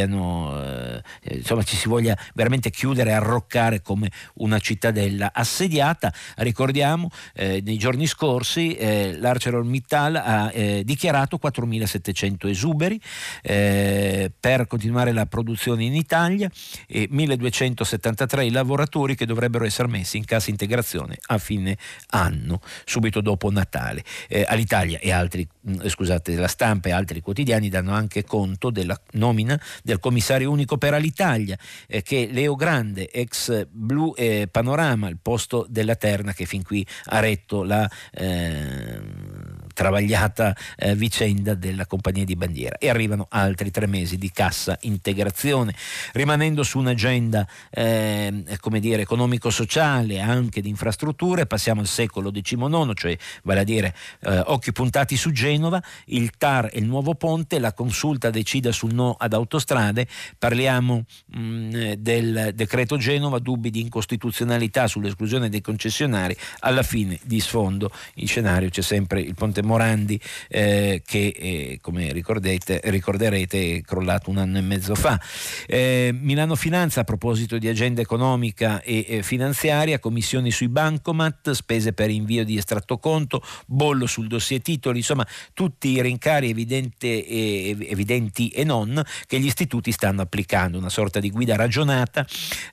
siano, insomma, ci si voglia veramente chiudere e arroccare come una cittadella assediata. Ricordiamo, nei giorni scorsi l'ArcelorMittal ha dichiarato 4.700 1700 esuberi per continuare la produzione in Italia, e 1273 i lavoratori che dovrebbero essere messi in cassa integrazione a fine anno, subito dopo Natale. All'Italia e altri, La Stampa e altri quotidiani danno anche conto della nomina del commissario unico per Alitalia, che Leo Grande, ex Blu Panorama, al posto della terna che fin qui ha retto la travagliata vicenda della compagnia di bandiera. E arrivano altri 3 mesi di cassa integrazione, rimanendo su un'agenda economico-sociale, anche di infrastrutture. Passiamo al secolo XIX, cioè vale a dire occhi puntati su Genova, il TAR e il nuovo ponte, la consulta decida sul no ad autostrade. Parliamo del decreto Genova, dubbi di incostituzionalità sull'esclusione dei concessionari. Alla fine, di sfondo in scenario c'è sempre il ponte Morandi, che come ricorderete è crollato 1 anno e mezzo fa. Milano Finanza, a proposito di agenda economica e finanziaria, commissioni sui bancomat, spese per invio di estratto conto, bollo sul dossier titoli, insomma tutti i rincari evidenti e non che gli istituti stanno applicando, una sorta di guida ragionata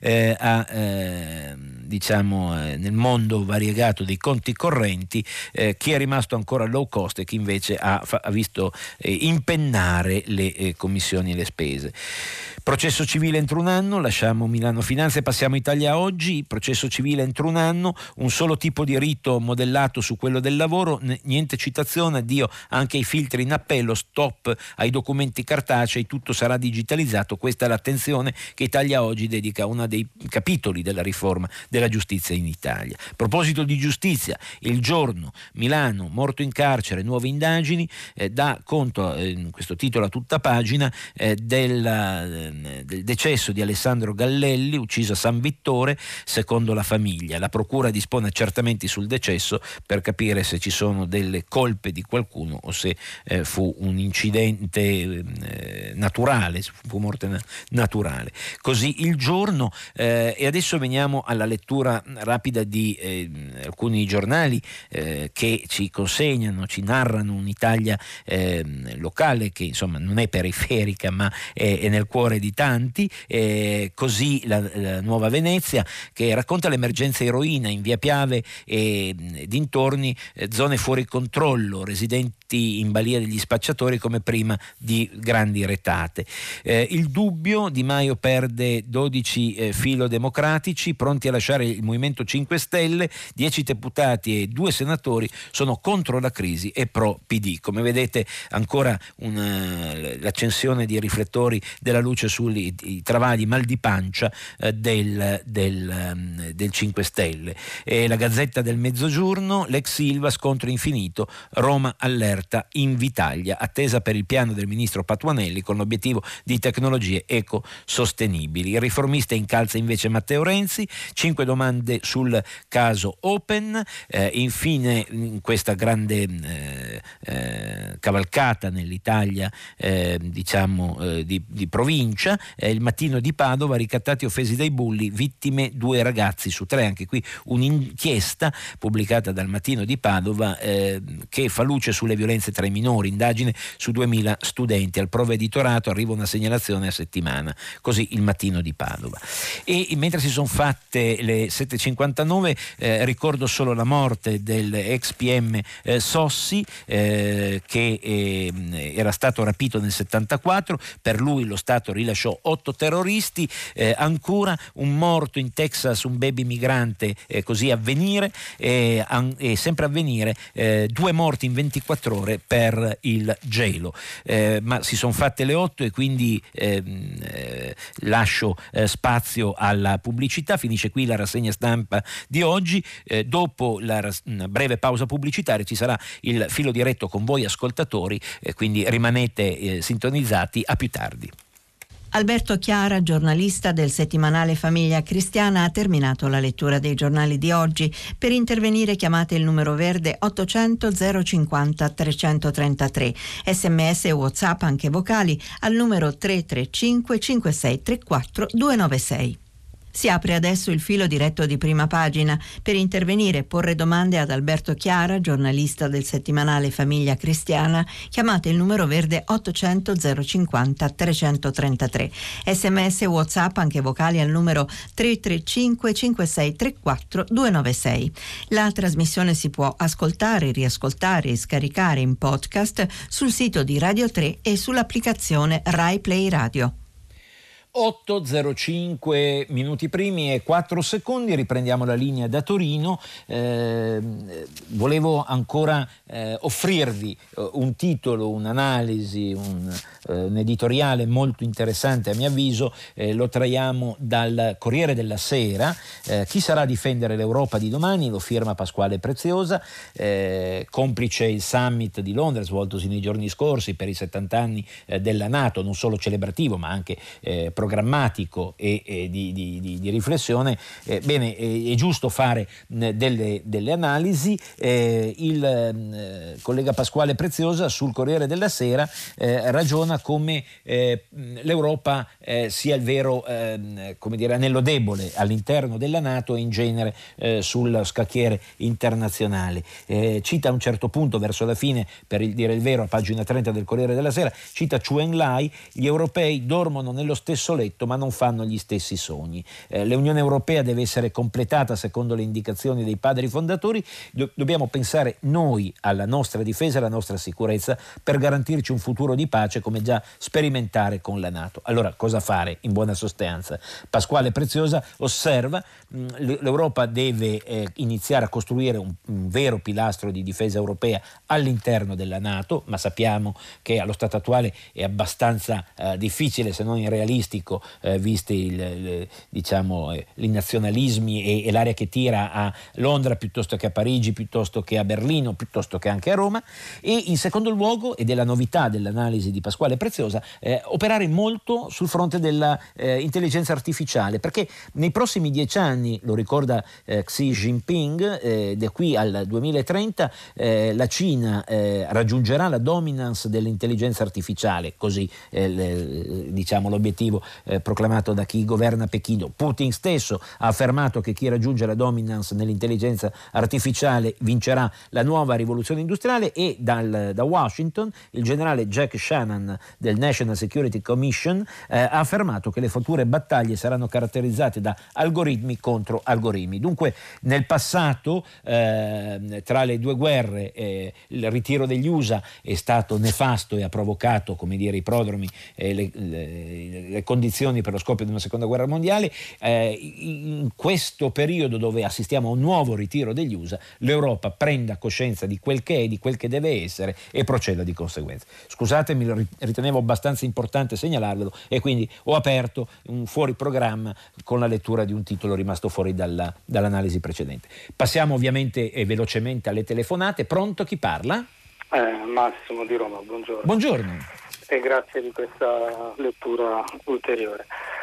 nel mondo variegato dei conti correnti, chi è rimasto ancora low cost e chi invece ha visto impennare le commissioni e le spese. Processo civile entro 1 anno, lasciamo Milano Finanza e passiamo a Italia Oggi. Processo civile entro 1 anno, un solo tipo di rito modellato su quello del lavoro, niente citazione, addio anche ai filtri in appello, stop ai documenti cartacei, tutto sarà digitalizzato. Questa è l'attenzione che Italia Oggi dedica a uno dei capitoli della riforma della giustizia in Italia. A proposito di giustizia, Il Giorno, Milano, morto in carcere, nuove indagini, dà conto in questo titolo a tutta pagina del decesso di Alessandro Gallelli, ucciso a San Vittore, secondo la famiglia. La procura dispone accertamenti sul decesso per capire se ci sono delle colpe di qualcuno o se fu un incidente naturale, fu morte naturale. Così Il Giorno. E adesso veniamo alla lettura rapida di alcuni giornali che ci consegnano, ci narrano un'Italia locale che insomma non è periferica ma è nel cuore di tanti. Così la Nuova Venezia, che racconta l'emergenza eroina in via Piave e dintorni, zone fuori controllo, residenti in balia degli spacciatori come prima di grandi retate. Il Dubbio, Di Maio perde 12 filodemocratici pronti a lasciare il Movimento 5 Stelle, 10 deputati e 2 senatori sono contro la crisi e pro PD. Come vedete ancora l'accensione di riflettori della luce sui travagli mal di pancia del 5 Stelle. La Gazzetta del Mezzogiorno, l'ex Silva, scontro infinito, Roma allerta Invitalia, attesa per il piano del ministro Patuanelli con l'obiettivo di tecnologie ecosostenibili. Il Riformista incalza invece Matteo Renzi, 5 domande sul caso Open. Infine, in questa grande cavalcata nell'Italia di provincia, il Mattino di Padova, ricattati offesi dai bulli, vittime 2 ragazzi su 3. Anche qui un'inchiesta pubblicata dal Mattino di Padova che fa luce sulle violenze tra i minori, indagine su 2000 studenti, al provveditorato arriva una segnalazione a settimana. Così il Mattino di Padova. E mentre si sono fatte le 7.59, ricordo solo la morte dell'ex PM Sossi, che era stato rapito nel 74, per lui lo Stato rilasciò 8 terroristi. Ancora un morto in Texas, un baby migrante, così Avvenire, e sempre Avvenire, 2 morti in 24 ore per il gelo. Ma si sono fatte le 8 e quindi lascio spazio alla pubblicità. Finisce qui la rassegna stampa di oggi. Dopo una breve pausa pubblicitaria ci sarà il filo diretto con voi ascoltatori, quindi rimanete sintonizzati. A più tardi. Alberto Chiara, giornalista del settimanale Famiglia Cristiana, ha terminato la lettura dei giornali di oggi. Per intervenire chiamate il numero verde 800 050 333, sms e WhatsApp anche vocali al numero 335 5634 296. Si apre adesso il filo diretto di Prima Pagina. Per intervenire e porre domande ad Alberto Chiara, giornalista del settimanale Famiglia Cristiana, chiamate il numero verde 800 050 333. SMS, WhatsApp, anche vocali al numero 335 5634 296. La trasmissione si può ascoltare, riascoltare e scaricare in podcast sul sito di Radio 3 e sull'applicazione Rai Play Radio. 8:05 minuti primi e 4 secondi, riprendiamo la linea da Torino. Volevo ancora offrirvi un titolo, un'analisi, un editoriale molto interessante a mio avviso. Lo traiamo dal Corriere della Sera. Chi sarà a difendere l'Europa di domani? Lo firma Pasquale Preziosa, complice il summit di Londra svoltosi nei giorni scorsi per i 70 anni della NATO, non solo celebrativo ma anche programmatico e di riflessione. Bene, è giusto fare delle analisi. Il collega Pasquale Preziosa sul Corriere della Sera ragiona come l'Europa sia il vero anello debole all'interno della NATO e in genere sul scacchiere internazionale. Cita a un certo punto, verso la fine, per dire il vero, a pagina 30 del Corriere della Sera, cita Chou En-lai: gli europei dormono nello stesso letto ma non fanno gli stessi sogni. L'Unione Europea deve essere completata secondo le indicazioni dei padri fondatori. Dobbiamo pensare noi alla nostra difesa e alla nostra sicurezza per garantirci un futuro di pace, come già sperimentare con la NATO. Allora, cosa fare in buona sostanza? Pasquale Preziosa osserva: l'Europa deve iniziare a costruire un vero pilastro di difesa europea all'interno della NATO, ma sappiamo che allo stato attuale è abbastanza difficile, se non irrealistico, visti i nazionalismi e l'area che tira a Londra piuttosto che a Parigi, piuttosto che a Berlino, piuttosto che anche a Roma. E in secondo luogo, ed è la novità dell'analisi di Pasquale Preziosa, operare molto sul fronte della intelligenza artificiale, perché nei prossimi 10 anni, lo ricorda Xi Jinping, da qui al 2030 la Cina raggiungerà la dominance dell'intelligenza artificiale, così l'obiettivo proclamato da chi governa Pechino. Putin stesso ha affermato che chi raggiunge la dominance nell'intelligenza artificiale vincerà la nuova rivoluzione industriale, e da Washington il generale Jack Shannon del National Security Commission ha affermato che le future battaglie saranno caratterizzate da algoritmi contro algoritmi. Dunque, nel passato, tra le due guerre, il ritiro degli USA è stato nefasto e ha provocato, i prodromi e le condizioni per lo scoppio di una seconda guerra mondiale. In questo periodo, dove assistiamo a un nuovo ritiro degli USA, l'Europa prenda coscienza di quel che è, di quel che deve essere, e proceda di conseguenza. Scusatemi, ritenevo abbastanza importante segnalarvelo, e quindi ho aperto un fuori programma con la lettura di un titolo rimasto fuori dall'analisi precedente. Passiamo ovviamente e velocemente alle telefonate. Pronto, chi parla? Massimo di Roma, buongiorno. Buongiorno. E grazie di questa lettura ulteriore.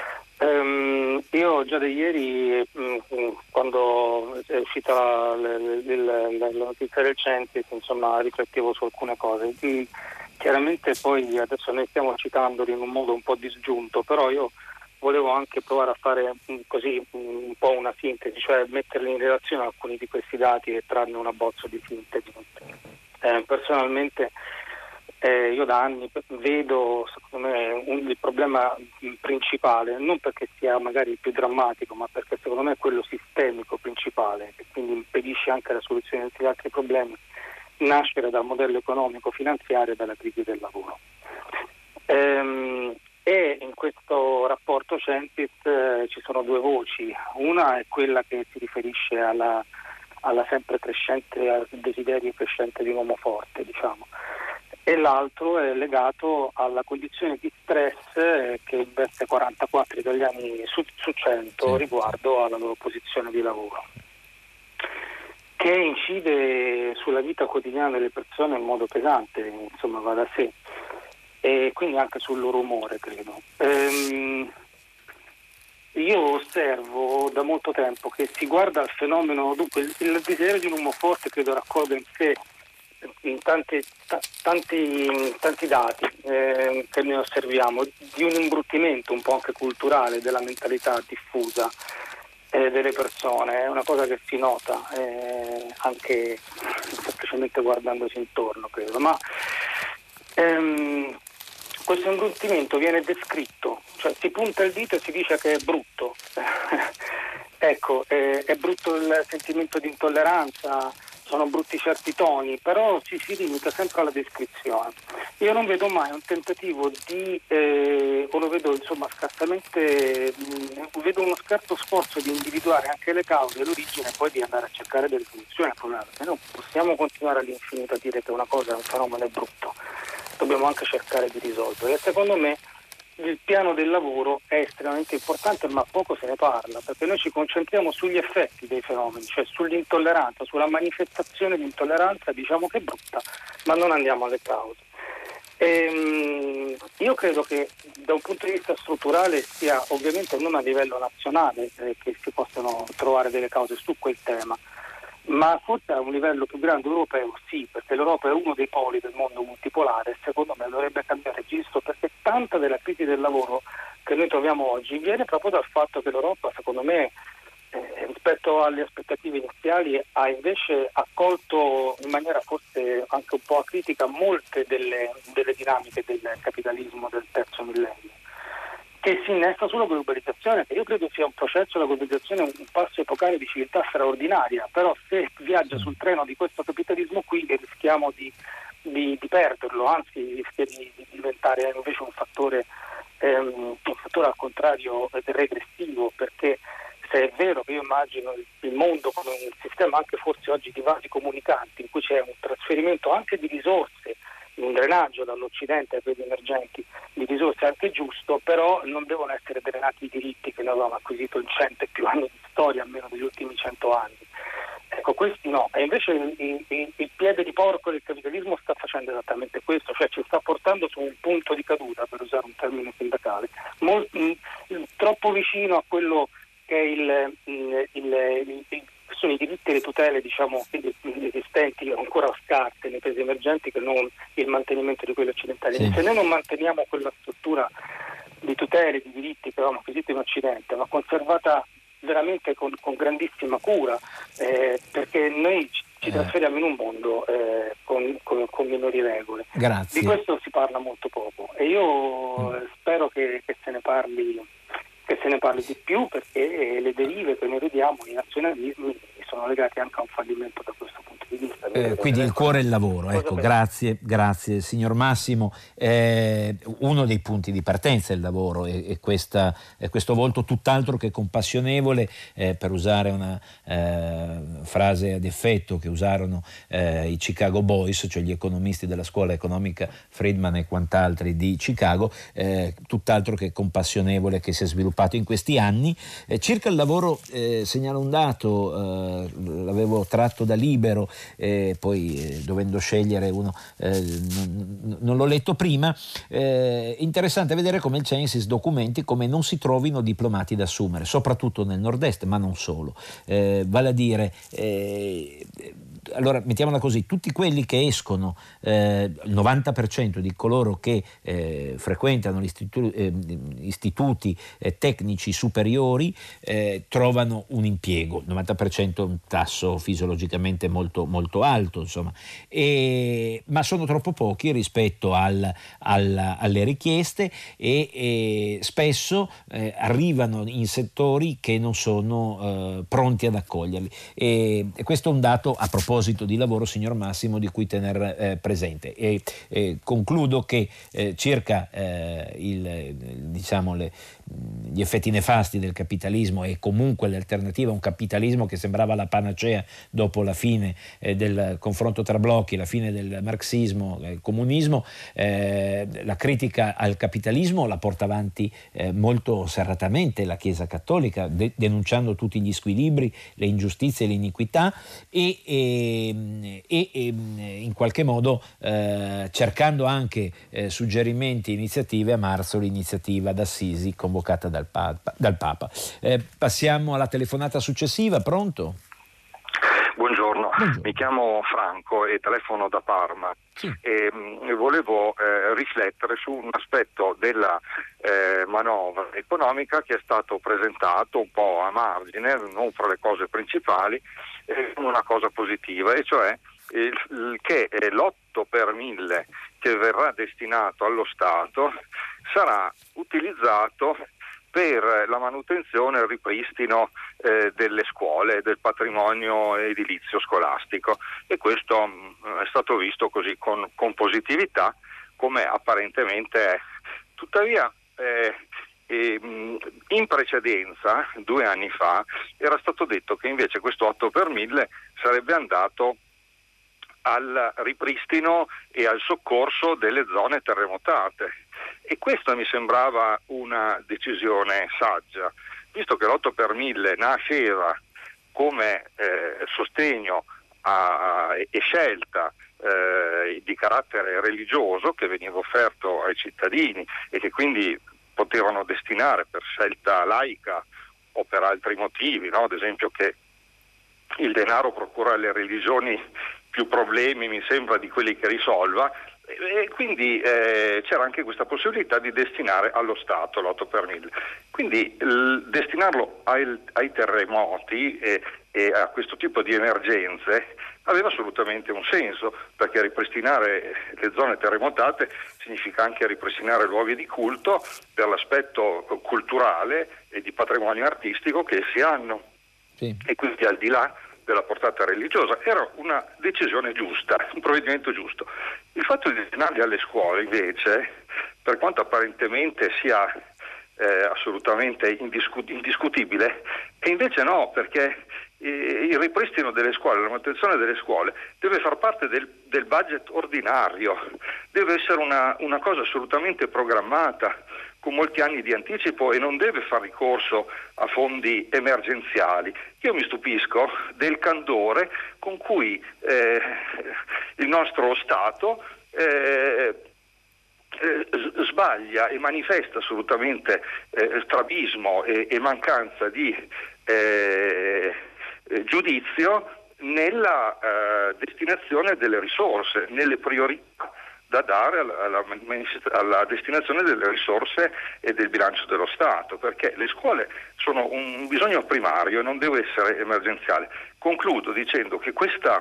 Io già da ieri, quando è uscita la notizia del Censis, riflettevo su alcune cose. Chiaramente poi adesso noi stiamo citandoli in un modo un po' disgiunto, però io volevo anche provare a fare un po' una sintesi, cioè metterli in relazione a alcuni di questi dati e trarne un abbozzo di sintesi. Personalmente io da anni vedo, secondo me, il problema principale, non perché sia magari il più drammatico, ma perché secondo me è quello sistemico principale, che quindi impedisce anche la soluzione di altri problemi, nascere dal modello economico-finanziario e dalla crisi del lavoro. E in questo rapporto Censis ci sono due voci. Una è quella che si riferisce alla sempre crescente, al desiderio crescente di un uomo forte, e l'altro è legato alla condizione di stress che investe 44 italiani su 100 riguardo alla loro posizione di lavoro, che incide sulla vita quotidiana delle persone in modo pesante, va da sé, e quindi anche sul loro umore, credo. Io osservo da molto tempo che si guarda al fenomeno, dunque il desiderio di un uomo forte credo raccolga in sé tanti dati che noi osserviamo di un imbruttimento un po' anche culturale della mentalità diffusa delle persone. È una cosa che si nota anche semplicemente guardandosi intorno, credo, ma questo imbruttimento viene descritto, cioè si punta il dito e si dice che è brutto. Ecco, è brutto il sentimento di intolleranza, sono brutti certi toni, però si limita sempre alla descrizione. Io non vedo mai un tentativo o lo vedo insomma scarsamente, vedo uno scarso sforzo di individuare anche le cause e l'origine e poi di andare a cercare delle soluzioni al problema. Perché non possiamo continuare all'infinito a dire che una cosa è un fenomeno è brutto, dobbiamo anche cercare di risolvere. E secondo me il piano del lavoro è estremamente importante, ma poco se ne parla, perché noi ci concentriamo sugli effetti dei fenomeni, cioè sull'intolleranza, sulla manifestazione di intolleranza, diciamo che è brutta, ma non andiamo alle cause. Io credo che da un punto di vista strutturale sia ovviamente non a livello nazionale che si possano trovare delle cause su quel tema, ma forse a un livello più grande europeo sì, perché l'Europa è uno dei poli del mondo multipolare e secondo me dovrebbe cambiare registro, perché tanta della crisi del lavoro che noi troviamo oggi viene proprio dal fatto che l'Europa, secondo me, rispetto alle aspettative iniziali, ha invece accolto in maniera forse anche un po' acritica molte delle dinamiche del capitalismo del terzo millennio, che si innesta sulla globalizzazione, che io credo sia un processo, la globalizzazione è un passo epocale di civiltà straordinaria, però se viaggia sul treno di questo capitalismo qui rischiamo di perderlo, anzi rischia di diventare invece un fattore al contrario regressivo, perché se è vero che io immagino il mondo come un sistema anche forse oggi di vasi comunicanti, in cui c'è un trasferimento anche di risorse, un drenaggio dall'Occidente ai paesi emergenti di risorse anche giusto, però non devono essere drenati i diritti che noi avevamo acquisito in 100 e più anni di storia, almeno degli ultimi 100 anni. Ecco, questi no. E invece il piede di porco del capitalismo sta facendo esattamente questo, cioè ci sta portando su un punto di caduta, per usare un termine sindacale, troppo vicino a quello che sono i diritti e le tutele, diciamo, esistenti ancora scarse nei paesi emergenti, che non il mantenimento di quelli occidentali. Sì. Se noi non manteniamo quella struttura di tutele, di diritti che avevamo acquisito in Occidente, ma conservata veramente con grandissima cura, perché noi ci trasferiamo in un mondo con minori regole. Grazie. Di questo si parla molto poco e io spero che se ne parli di più, perché le derive che noi vediamo, i nazionalismi, sono legati anche a un fallimento da questo punto di vista. Quindi il cuore è il lavoro. Ecco, grazie signor Massimo. Uno dei punti di partenza è il lavoro e questo volto tutt'altro che compassionevole, per usare una frase ad effetto che usarono i Chicago Boys, cioè gli economisti della scuola economica Friedman e quant'altri di Chicago, tutt'altro che compassionevole, che si è sviluppato in questi anni. Circa il lavoro segnalo un dato, l'avevo tratto da Libero, poi dovendo scegliere uno non l'ho letto prima. Interessante vedere come il Censis documenti come non si trovino diplomati da assumere, soprattutto nel nord-est, ma non solo. Vale a dire, allora mettiamola così, tutti quelli che escono, il 90% di coloro che frequentano gli istituti tecnici superiori trovano un impiego. Il 90% è un tasso fisiologicamente molto, molto alto, insomma, ma sono troppo pochi rispetto alle richieste e spesso arrivano in settori che non sono pronti ad accoglierli, e questo è un dato a proposito di lavoro, signor Massimo, di cui tener presente. E concludo che circa gli effetti nefasti del capitalismo e comunque l'alternativa a un capitalismo che sembrava la panacea dopo la fine del confronto tra blocchi, la fine del marxismo, del comunismo, la critica al capitalismo la porta avanti molto serratamente la Chiesa Cattolica, denunciando tutti gli squilibri, le ingiustizie e l'iniquità e in qualche modo cercando anche suggerimenti e iniziative. A marzo l'iniziativa d'Assisi convocata dal Papa. Passiamo alla telefonata successiva. Pronto? Buongiorno, Buongiorno. Mi chiamo Franco e telefono da Parma. Sì. E volevo riflettere su un aspetto della manovra economica che è stato presentato un po' a margine, non fra le cose principali, una cosa positiva, e cioè che l'8 per 1000 che verrà destinato allo Stato sarà utilizzato per la manutenzione e il ripristino delle scuole, del patrimonio edilizio scolastico, e questo è stato visto così con positività, come apparentemente è. Tuttavia in precedenza, 2 anni fa, era stato detto che invece questo 8 per 1000 sarebbe andato al ripristino e al soccorso delle zone terremotate, e questa mi sembrava una decisione saggia, visto che l'8 per 1000 nasceva come sostegno e scelta di carattere religioso che veniva offerto ai cittadini e che quindi potevano destinare per scelta laica o per altri motivi, no? Ad esempio che il denaro procura alle religioni più problemi, mi sembra, di quelli che risolva, e quindi c'era anche questa possibilità di destinare allo Stato l'8 per 1000. Quindi destinarlo ai terremoti e a questo tipo di emergenze aveva assolutamente un senso, perché ripristinare le zone terremotate significa anche ripristinare luoghi di culto per l'aspetto culturale e di patrimonio artistico che essi hanno. Sì. E quindi, al di là della portata religiosa, era una decisione giusta, un provvedimento giusto. Il fatto di destinarli alle scuole, invece, per quanto apparentemente sia assolutamente indiscutibile, e invece no, perché il ripristino delle scuole, la manutenzione delle scuole deve far parte del budget ordinario, deve essere una cosa assolutamente programmata, con molti anni di anticipo, e non deve far ricorso a fondi emergenziali. Io mi stupisco del candore con cui il nostro Stato sbaglia e manifesta assolutamente strabismo e mancanza di giudizio nella destinazione delle risorse, nelle priorità da dare alla destinazione delle risorse e del bilancio dello Stato, perché le scuole sono un bisogno primario e non deve essere emergenziale. Concludo dicendo che questo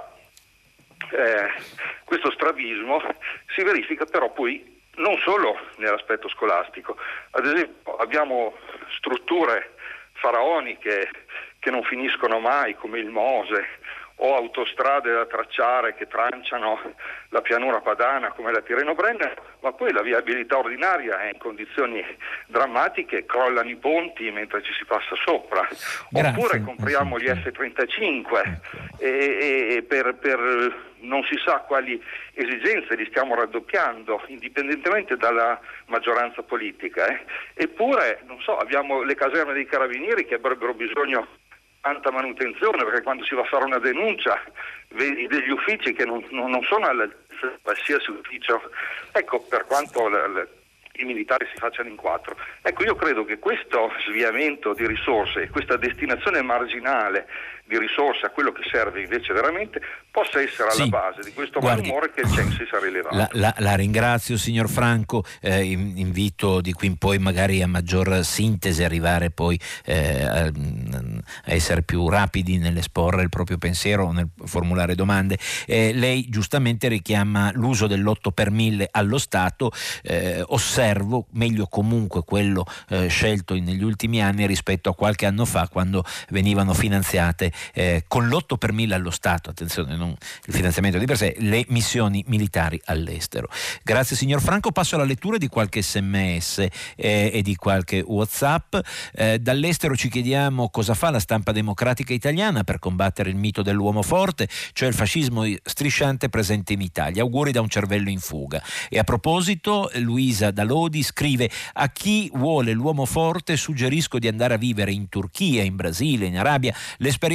strabismo si verifica però poi non solo nell'aspetto scolastico. Ad esempio, abbiamo strutture faraoniche che non finiscono mai, come il Mose, o autostrade da tracciare che tranciano la pianura padana come la Tirreno-Brenner, ma poi la viabilità ordinaria è in condizioni drammatiche, crollano i ponti mentre ci si passa sopra. Grazie. Oppure compriamo gli F-35 e per non si sa quali esigenze li stiamo raddoppiando, indipendentemente dalla maggioranza politica. Eppure, non so, abbiamo le caserme dei carabinieri che avrebbero bisogno tanta manutenzione, perché quando si va a fare una denuncia vedi degli uffici che non sono al qualsiasi ufficio, ecco, per quanto i militari si facciano in 4. Ecco, io credo che questo sviamento di risorse e questa destinazione marginale di risorse a quello che serve invece veramente possa essere alla base di questo malumore che il Censis ha rilevato. La ringrazio, signor Franco, invito di qui in poi magari a maggior sintesi, arrivare poi a essere più rapidi nell'esporre il proprio pensiero o nel formulare domande. Lei giustamente richiama l'uso dell'8 per 1000 allo Stato, osservo meglio comunque quello scelto negli ultimi anni rispetto a qualche anno fa, quando venivano finanziate con l'8 per 1000 allo Stato, attenzione, non il finanziamento di per sé, le missioni militari all'estero. Grazie signor Franco, passo alla lettura di qualche sms e di qualche WhatsApp. Dall'estero ci chiediamo cosa fa la stampa democratica italiana per combattere il mito dell'uomo forte, cioè il fascismo strisciante presente in Italia. Auguri da un cervello in fuga. E a proposito, Luisa da Lodi scrive: a chi vuole l'uomo forte suggerisco di andare a vivere in Turchia, in Brasile, in Arabia. L'esperienza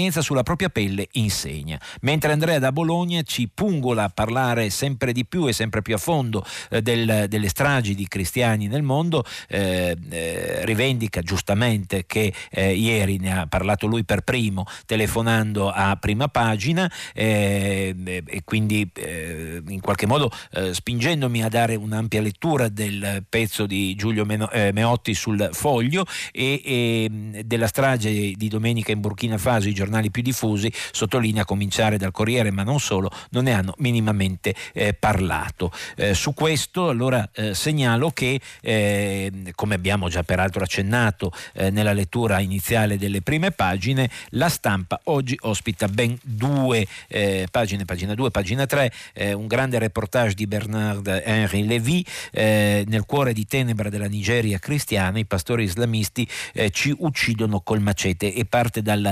l'esperienza sulla propria pelle insegna. Mentre Andrea da Bologna ci pungola a parlare sempre di più e sempre più a fondo delle stragi di cristiani nel mondo, rivendica giustamente che ieri ne ha parlato lui per primo telefonando a Prima Pagina, e quindi in qualche modo spingendomi a dare un'ampia lettura del pezzo di Giulio Meotti sul Foglio e della strage di domenica in Burkina Faso. I giornali più diffusi, sottolinea, a cominciare dal Corriere ma non solo, non ne hanno minimamente parlato. Su questo allora segnalo che come abbiamo già peraltro accennato nella lettura iniziale delle prime pagine, La Stampa oggi ospita ben due pagine, pagina 2, pagina 3, un grande reportage di Bernard-Henri Lévy. Nel cuore di tenebra della Nigeria cristiana i pastori islamisti ci uccidono col macete, e parte dal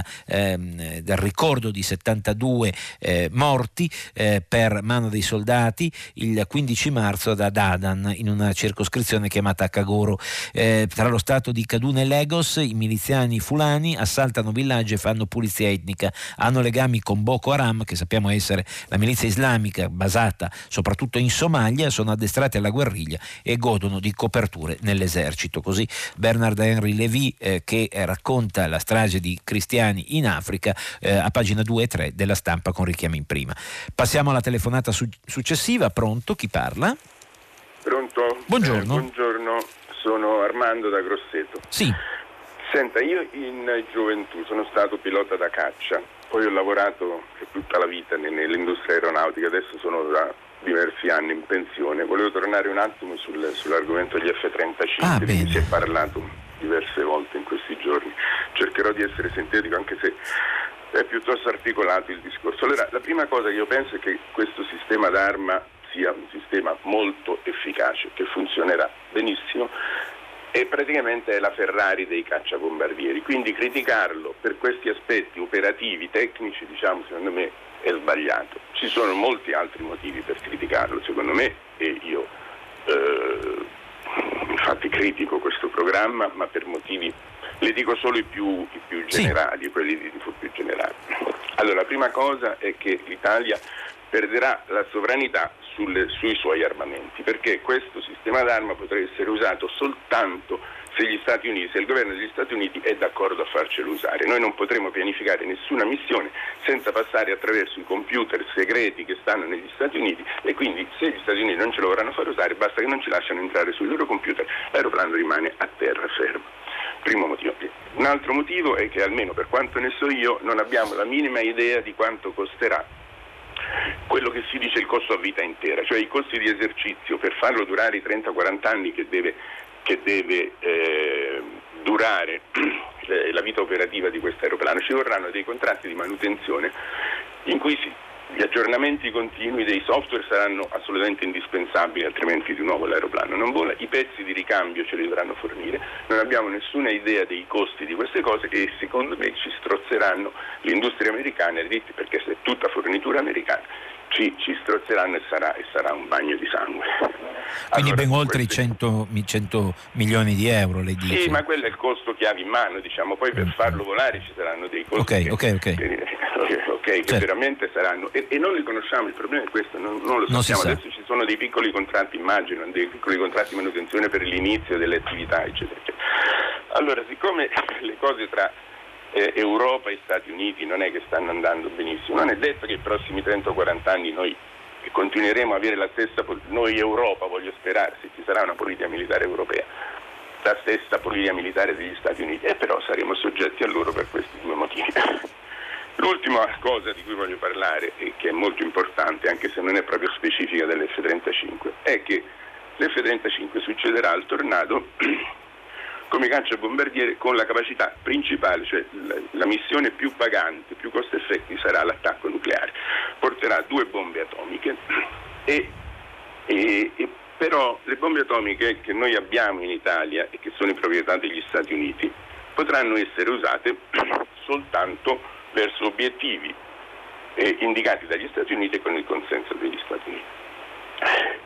ricordo di 72 morti per mano dei soldati il 15 marzo ad Adan, in una circoscrizione chiamata Kagoro. Tra lo stato di Kaduna e Lagos i miliziani fulani assaltano villaggi e fanno pulizia etnica. Hanno legami con Boko Haram, che sappiamo essere la milizia islamica basata soprattutto in Somalia, sono addestrati alla guerriglia e godono di coperture nell'esercito. Così Bernard-Henri Lévy che racconta la strage di cristiani in Africa a pagina 2 e 3 della Stampa, con richiami in prima. Passiamo alla telefonata successiva. Pronto? Chi parla? Pronto? Buongiorno. Buongiorno, sono Armando da Grosseto. Sì. Senta, io in gioventù sono stato pilota da caccia, poi ho lavorato per tutta la vita nell'industria aeronautica, adesso sono da diversi anni in pensione. Volevo tornare un attimo sull'argomento degli F-35, di cui si è parlato diverse volte in questi giorni. Cercherò di essere sintetico, anche se è piuttosto articolato il discorso. Allora, la prima cosa che io penso è che questo sistema d'arma sia un sistema molto efficace, che funzionerà benissimo, e praticamente è la Ferrari dei cacciabombardieri, quindi criticarlo per questi aspetti operativi, tecnici, diciamo, secondo me è sbagliato. Ci sono molti altri motivi per criticarlo, secondo me, e io infatti critico questo programma, ma per motivi, le dico solo i più generali, sì, quelli di tipo più generale. Allora, la prima cosa è che l'Italia perderà la sovranità sui suoi armamenti, perché questo sistema d'arma potrà essere usato soltanto se il governo degli Stati Uniti è d'accordo a farcelo usare. Noi non potremo pianificare nessuna missione senza passare attraverso i computer segreti che stanno negli Stati Uniti, e quindi se gli Stati Uniti non ce lo vorranno far usare, basta che non ci lasciano entrare sui loro computer, l'aeroplano rimane a terra fermo. Primo motivo. Un altro motivo è che, almeno per quanto ne so io, non abbiamo la minima idea di quanto costerà quello che si dice il costo a vita intera, cioè i costi di esercizio per farlo durare i 30-40 anni che deve durare la vita operativa di questo aeroplano. Ci vorranno dei contratti di manutenzione in cui gli aggiornamenti continui dei software saranno assolutamente indispensabili, altrimenti di nuovo l'aeroplano non vola. I pezzi di ricambio ce li dovranno fornire. Non abbiamo nessuna idea dei costi di queste cose, che secondo me ci strozzeranno l'industria americana, perché se è tutta fornitura americana ci strozzeranno e sarà un bagno di sangue. Quindi allora, ben oltre i 100 milioni di euro, lei dice? Sì, ma quello è il costo chiave in mano, diciamo. Poi per farlo volare ci saranno dei costi che certo, veramente saranno, e non li conosciamo. Il problema è questo, non lo sappiamo. Adesso ci sono dei piccoli contratti, immagino, dei piccoli contratti di manutenzione per l'inizio delle attività, eccetera, eccetera. Allora, siccome le cose tra Europa e Stati Uniti non è che stanno andando benissimo, non è detto che i prossimi 30 o 40 anni noi continueremo a avere la stessa, noi Europa, voglio sperare, se ci sarà una politica militare europea, la stessa politica militare degli Stati Uniti, e però saremo soggetti a loro per questi due motivi. L'ultima cosa di cui voglio parlare, e che è molto importante anche se non è proprio specifica dell'F-35, è che l'F-35 succederà al Tornado come cacciabombardiere con la capacità principale, cioè la missione più pagante, più cost effective, sarà l'attacco nucleare. Porterà 2 bombe atomiche e però le bombe atomiche che noi abbiamo in Italia e che sono in proprietà degli Stati Uniti potranno essere usate soltanto verso obiettivi indicati dagli Stati Uniti e con il consenso degli Stati Uniti.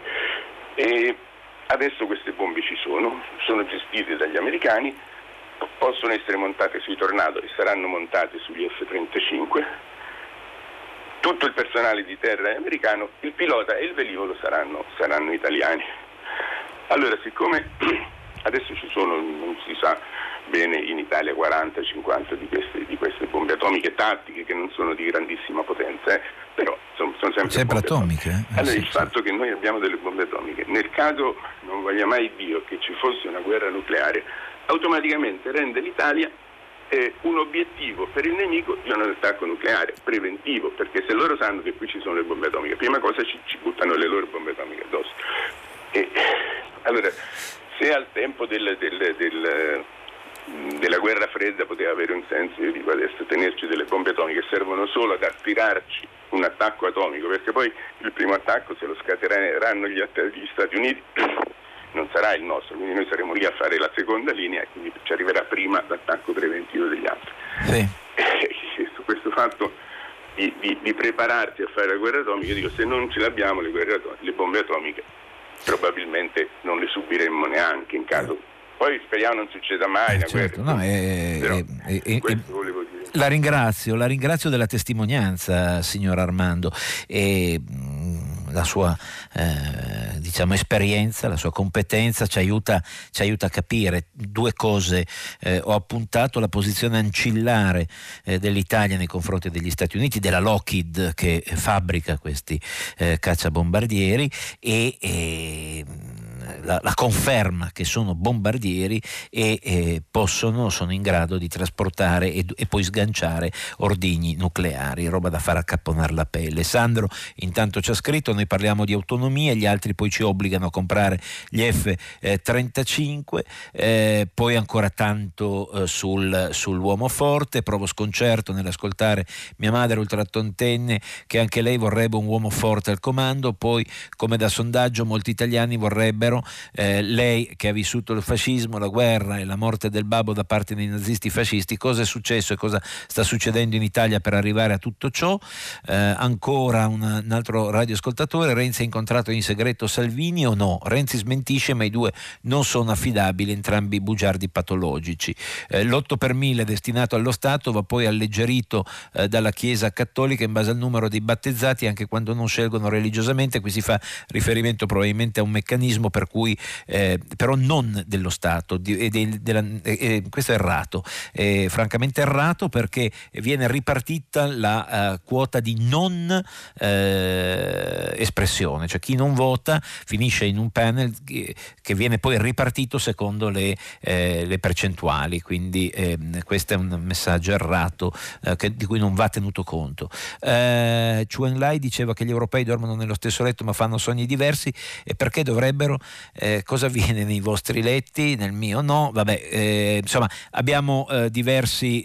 Adesso queste bombe ci sono gestite dagli americani, possono essere montate sui Tornado e saranno montate sugli F-35. Tutto il personale di terra è americano, il pilota e il velivolo saranno italiani. Allora, siccome adesso ci sono, non si sa bene, in Italia 40-50 di queste bombe atomiche tattiche che non sono di grandissima potenza, però sono sempre atomiche. Allora, il fatto che noi abbiamo delle bombe atomiche, nel caso non voglia mai Dio che ci fosse una guerra nucleare, automaticamente rende l'Italia un obiettivo per il nemico di un attacco nucleare preventivo, perché se loro sanno che qui ci sono le bombe atomiche, prima cosa ci buttano le loro bombe atomiche addosso. Allora, se al tempo della guerra fredda poteva avere un senso, io dico adesso tenerci delle bombe atomiche servono solo ad attirarci un attacco atomico, perché poi il primo attacco, se lo scateneranno gli Stati Uniti, non sarà il nostro, quindi noi saremo lì a fare la seconda linea e quindi ci arriverà prima l'attacco preventivo degli altri. Sì. Su questo fatto di prepararsi a fare la guerra atomica, dico, se non ce l'abbiamo le bombe atomiche probabilmente non le subiremmo neanche in caso. Poi speriamo non succeda mai una certo, guerra. Questo volevo dire. La ringrazio della testimonianza, signor Armando, e la sua esperienza, la sua competenza ci aiuta a capire due cose. Ho appuntato la posizione ancillare dell'Italia nei confronti degli Stati Uniti, della Lockheed che fabbrica questi cacciabombardieri, e la conferma che sono bombardieri e sono in grado di trasportare e poi sganciare ordigni nucleari, roba da far accapponare la pelle. Sandro intanto ci ha scritto: noi parliamo di autonomia, gli altri poi ci obbligano a comprare gli F-35, poi ancora tanto sull'uomo forte. Provo sconcerto nell'ascoltare mia madre ultratontenne che anche lei vorrebbe un uomo forte al comando. Poi, come da sondaggio, molti italiani vorrebbero lei che ha vissuto il fascismo, la guerra e la morte del babbo da parte dei nazisti fascisti. Cosa è successo e cosa sta succedendo in Italia per arrivare a tutto ciò? Ancora un altro radioascoltatore: Renzi ha incontrato in segreto Salvini o no? Renzi smentisce, ma i due non sono affidabili, entrambi bugiardi patologici. L'8 per 1000 destinato allo Stato va poi alleggerito dalla Chiesa Cattolica in base al numero dei battezzati, anche quando non scelgono religiosamente. Qui si fa riferimento probabilmente a un meccanismo per cui però non dello Stato, questo è errato, francamente errato, perché viene ripartita la quota di non espressione, cioè chi non vota finisce in un panel che viene poi ripartito secondo le percentuali, quindi questo è un messaggio errato di cui non va tenuto conto. Chuen Lai diceva che gli europei dormono nello stesso letto ma fanno sogni diversi, e perché dovrebbero? Cosa avviene nei vostri letti? Nel mio no. Vabbè, insomma, abbiamo diverse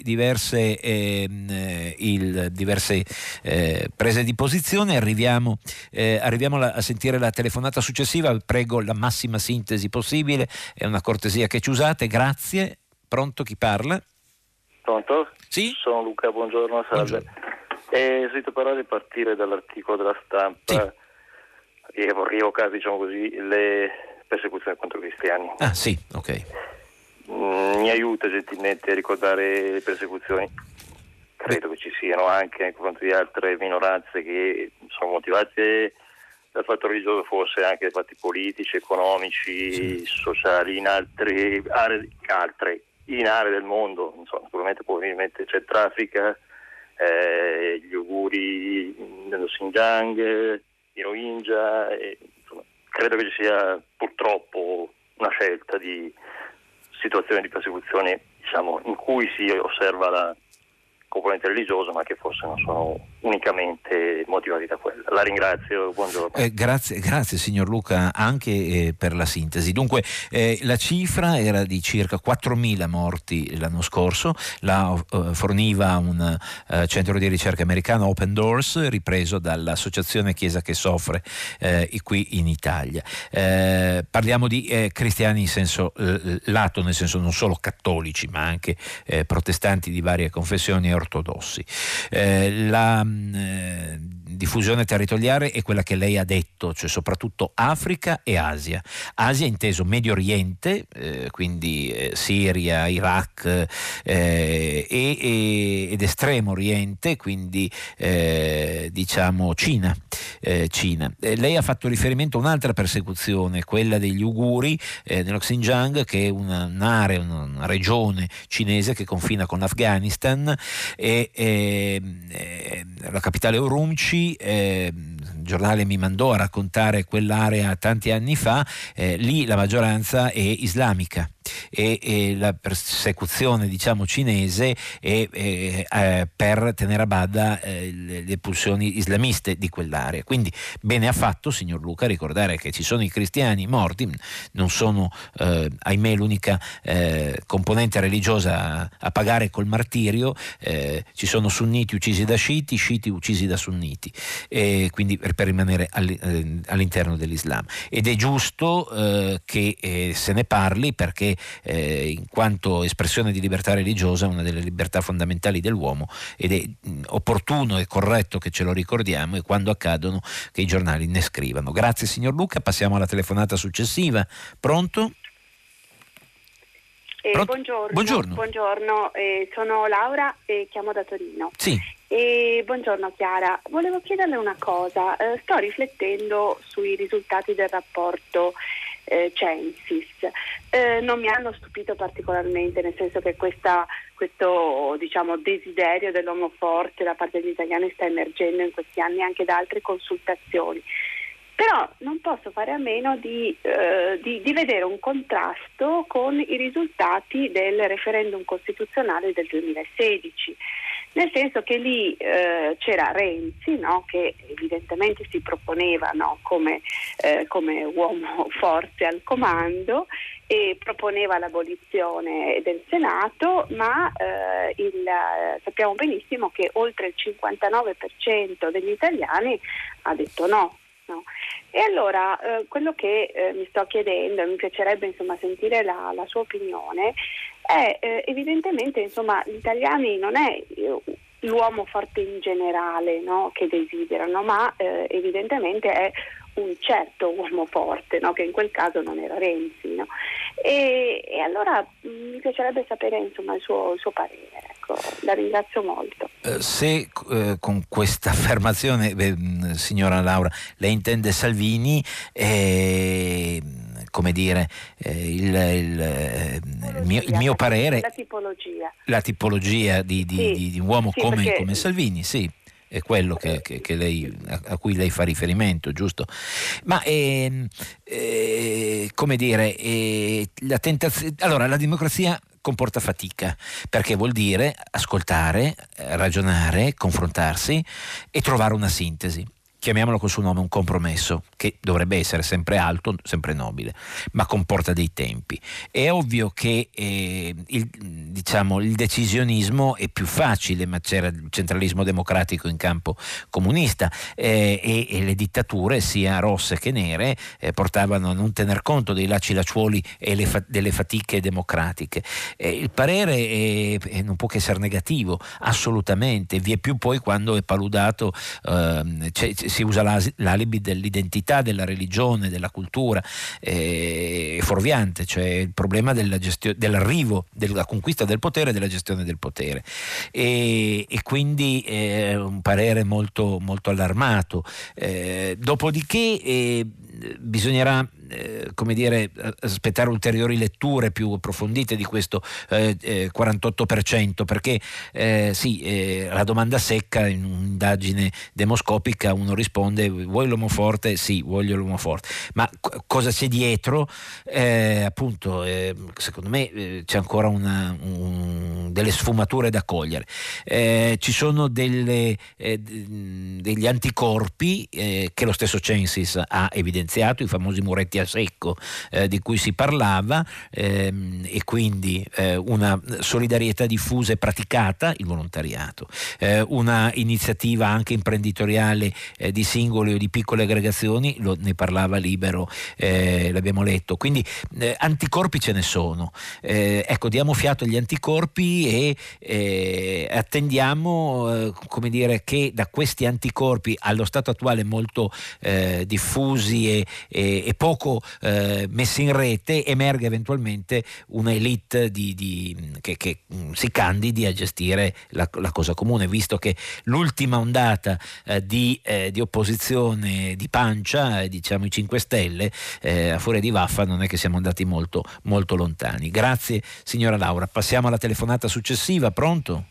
prese di posizione. Arriviamo a sentire la telefonata successiva. Prego la massima sintesi possibile, è una cortesia che ci usate. Grazie. Pronto, chi parla? Pronto? Sì? Sono Luca, buongiorno, salve. Ho sentito parlare di partire dall'articolo della Stampa, sì, e rievocare, diciamo così, le persecuzioni contro i cristiani. Ah sì, ok. Mi aiuta gentilmente a ricordare le persecuzioni. Credo che ci siano anche nei confronti di altre minoranze che sono motivate dal fatto religioso, forse anche dai fatti politici, economici, sì, sociali, in altre aree del mondo. Insomma, probabilmente c'è Traffica, gli uiguri dello Xinjiang, i Rohingya, insomma, credo che ci sia purtroppo una scelta di situazioni di persecuzione, diciamo, in cui si osserva la componente religiosa, ma che forse non sono unicamente motivati da quella. La ringrazio, buongiorno. Grazie signor Luca anche per la sintesi. Dunque la cifra era di circa 4.000 morti l'anno scorso, la forniva un centro di ricerca americano, Open Doors, ripreso dall'associazione Chiesa che soffre qui in Italia. Parliamo di cristiani in senso lato, nel senso non solo cattolici ma anche protestanti di varie confessioni e ortodossi. diffusione territoriale è quella che lei ha detto, cioè soprattutto Africa e Asia. Asia inteso Medio Oriente, quindi Siria, Iraq ed Estremo Oriente, quindi diciamo Cina. Lei ha fatto riferimento a un'altra persecuzione, quella degli Uiguri nello Xinjiang, che è un'area, una regione cinese che confina con l'Afghanistan, e la capitale Urumqi, il giornale mi mandò a raccontare quell'area tanti anni fa, lì la maggioranza è islamica e la persecuzione diciamo cinese è per tenere a bada le pulsioni islamiste di quell'area. Quindi bene ha fatto, signor Luca, ricordare che ci sono i cristiani morti, non sono ahimè l'unica componente religiosa a pagare col martirio, ci sono sunniti uccisi da sciiti, sciiti uccisi da sunniti, quindi per rimanere all'interno dell'Islam, ed è giusto che se ne parli, perché in quanto espressione di libertà religiosa è una delle libertà fondamentali dell'uomo, ed è opportuno e corretto che ce lo ricordiamo, e quando accadono che i giornali ne scrivano. Grazie signor Luca, passiamo alla telefonata successiva. Pronto? Buongiorno, sono Laura e chiamo da Torino. Sì. Buongiorno Chiara, volevo chiederle una cosa, sto riflettendo sui risultati del rapporto Censis. Non mi hanno stupito particolarmente, nel senso che questo diciamo desiderio dell'uomo forte da parte degli italiani sta emergendo in questi anni anche da altre consultazioni. Però non posso fare a meno di vedere un contrasto con i risultati del referendum costituzionale del 2016, nel senso che lì c'era Renzi, no, che evidentemente si proponeva, no, come uomo forte al comando, e proponeva l'abolizione del Senato, ma sappiamo benissimo che oltre il 59% degli italiani ha detto no. No. E allora quello che mi sto chiedendo, e mi piacerebbe insomma sentire la sua opinione, è evidentemente insomma gli italiani non è l'uomo forte in generale, no, che desiderano, ma evidentemente è un certo uomo forte, no, che in quel caso non era Renzi, no? E allora mi piacerebbe sapere insomma il suo parere. Ecco, la ringrazio molto. Se con questa affermazione, signora Laura, lei intende Salvini, come dire, il mio parere, la tipologia di un uomo come Salvini, sì. È quello che lei, a cui lei fa riferimento, giusto? Ma come dire, la tentazione, allora la democrazia comporta fatica, perché vuol dire ascoltare, ragionare, confrontarsi e trovare una sintesi. Chiamiamolo col suo nome, un compromesso che dovrebbe essere sempre alto, sempre nobile, ma comporta dei tempi. È ovvio che il decisionismo è più facile, ma c'era il centralismo democratico in campo comunista, e le dittature, sia rosse che nere, portavano a non tener conto dei lacci-lacciuoli e delle fatiche democratiche. Il parere non può che essere negativo, assolutamente, vi è più poi quando è paludato, si usa l'alibi dell'identità, della religione, della cultura, è fuorviante, cioè il problema dell'arrivo, della conquista del potere e della gestione del potere, e quindi un parere molto, molto allarmato. Dopodiché bisognerà come dire, aspettare ulteriori letture più approfondite di questo 48%, perché la domanda secca in un'indagine demoscopica uno risponde: vuoi l'uomo forte? Sì, voglio l'uomo forte, ma cosa c'è dietro? Appunto, secondo me c'è ancora delle sfumature da cogliere. Ci sono degli anticorpi che lo stesso Censis ha evidenziato, i famosi muretti pagati a secco di cui si parlava, e quindi una solidarietà diffusa e praticata, il volontariato, una iniziativa anche imprenditoriale di singoli o di piccole aggregazioni, ne parlava Libero, l'abbiamo letto, quindi anticorpi ce ne sono, ecco, diamo fiato agli anticorpi e attendiamo come dire, che da questi anticorpi allo stato attuale molto diffusi e poco messi in rete, emerga eventualmente una elite che si candidi a gestire la cosa comune, visto che l'ultima ondata di opposizione di pancia, diciamo i 5 Stelle, a furia di vaffa non è che siamo andati molto, molto lontani. Grazie signora Laura. Passiamo alla telefonata successiva. Pronto?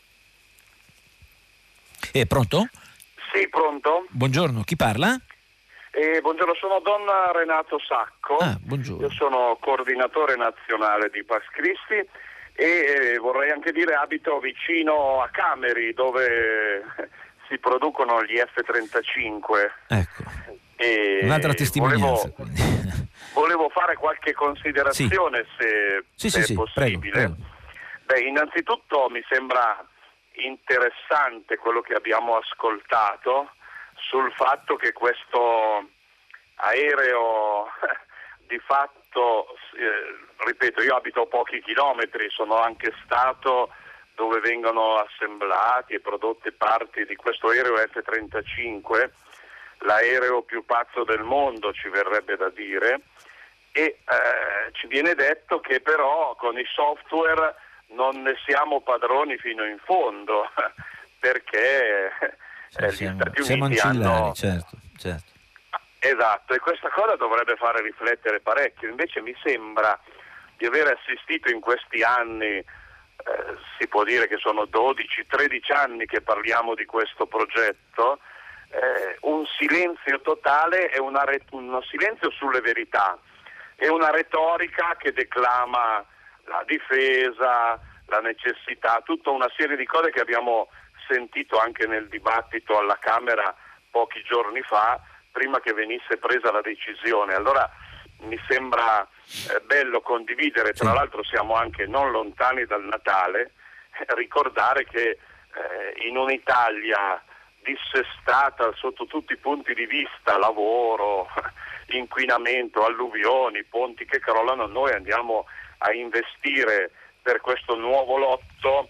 Pronto? Sì, pronto. Buongiorno, chi parla? Buongiorno, sono Don Renato Sacco. Buongiorno. Io sono coordinatore nazionale di Pax Christi e vorrei anche dire abito vicino a Cameri, dove si producono gli F-35. Ecco, un'altra testimonianza. Volevo fare qualche considerazione, se è possibile. Prego. Beh, innanzitutto mi sembra interessante quello che abbiamo ascoltato sul fatto che questo aereo di fatto, ripeto, io abito a pochi chilometri, sono anche stato dove vengono assemblati e prodotte parti di questo aereo F-35, l'aereo più pazzo del mondo, ci verrebbe da dire, e ci viene detto che però con i software non ne siamo padroni fino in fondo, perché gli Stati siamo Uniti ancillari, hanno... certo. Esatto, e questa cosa dovrebbe fare riflettere parecchio. Invece mi sembra di aver assistito in questi anni, si può dire che sono 12-13 anni che parliamo di questo progetto, un silenzio totale e uno silenzio sulle verità e una retorica che declama la difesa, la necessità, tutta una serie di cose che abbiamo sentito anche nel dibattito alla Camera pochi giorni fa, prima che venisse presa la decisione. Allora mi sembra bello condividere, tra l'altro siamo anche non lontani dal Natale, ricordare che in un'Italia dissestata sotto tutti i punti di vista, lavoro, inquinamento, alluvioni, ponti che crollano, noi andiamo a investire per questo nuovo lotto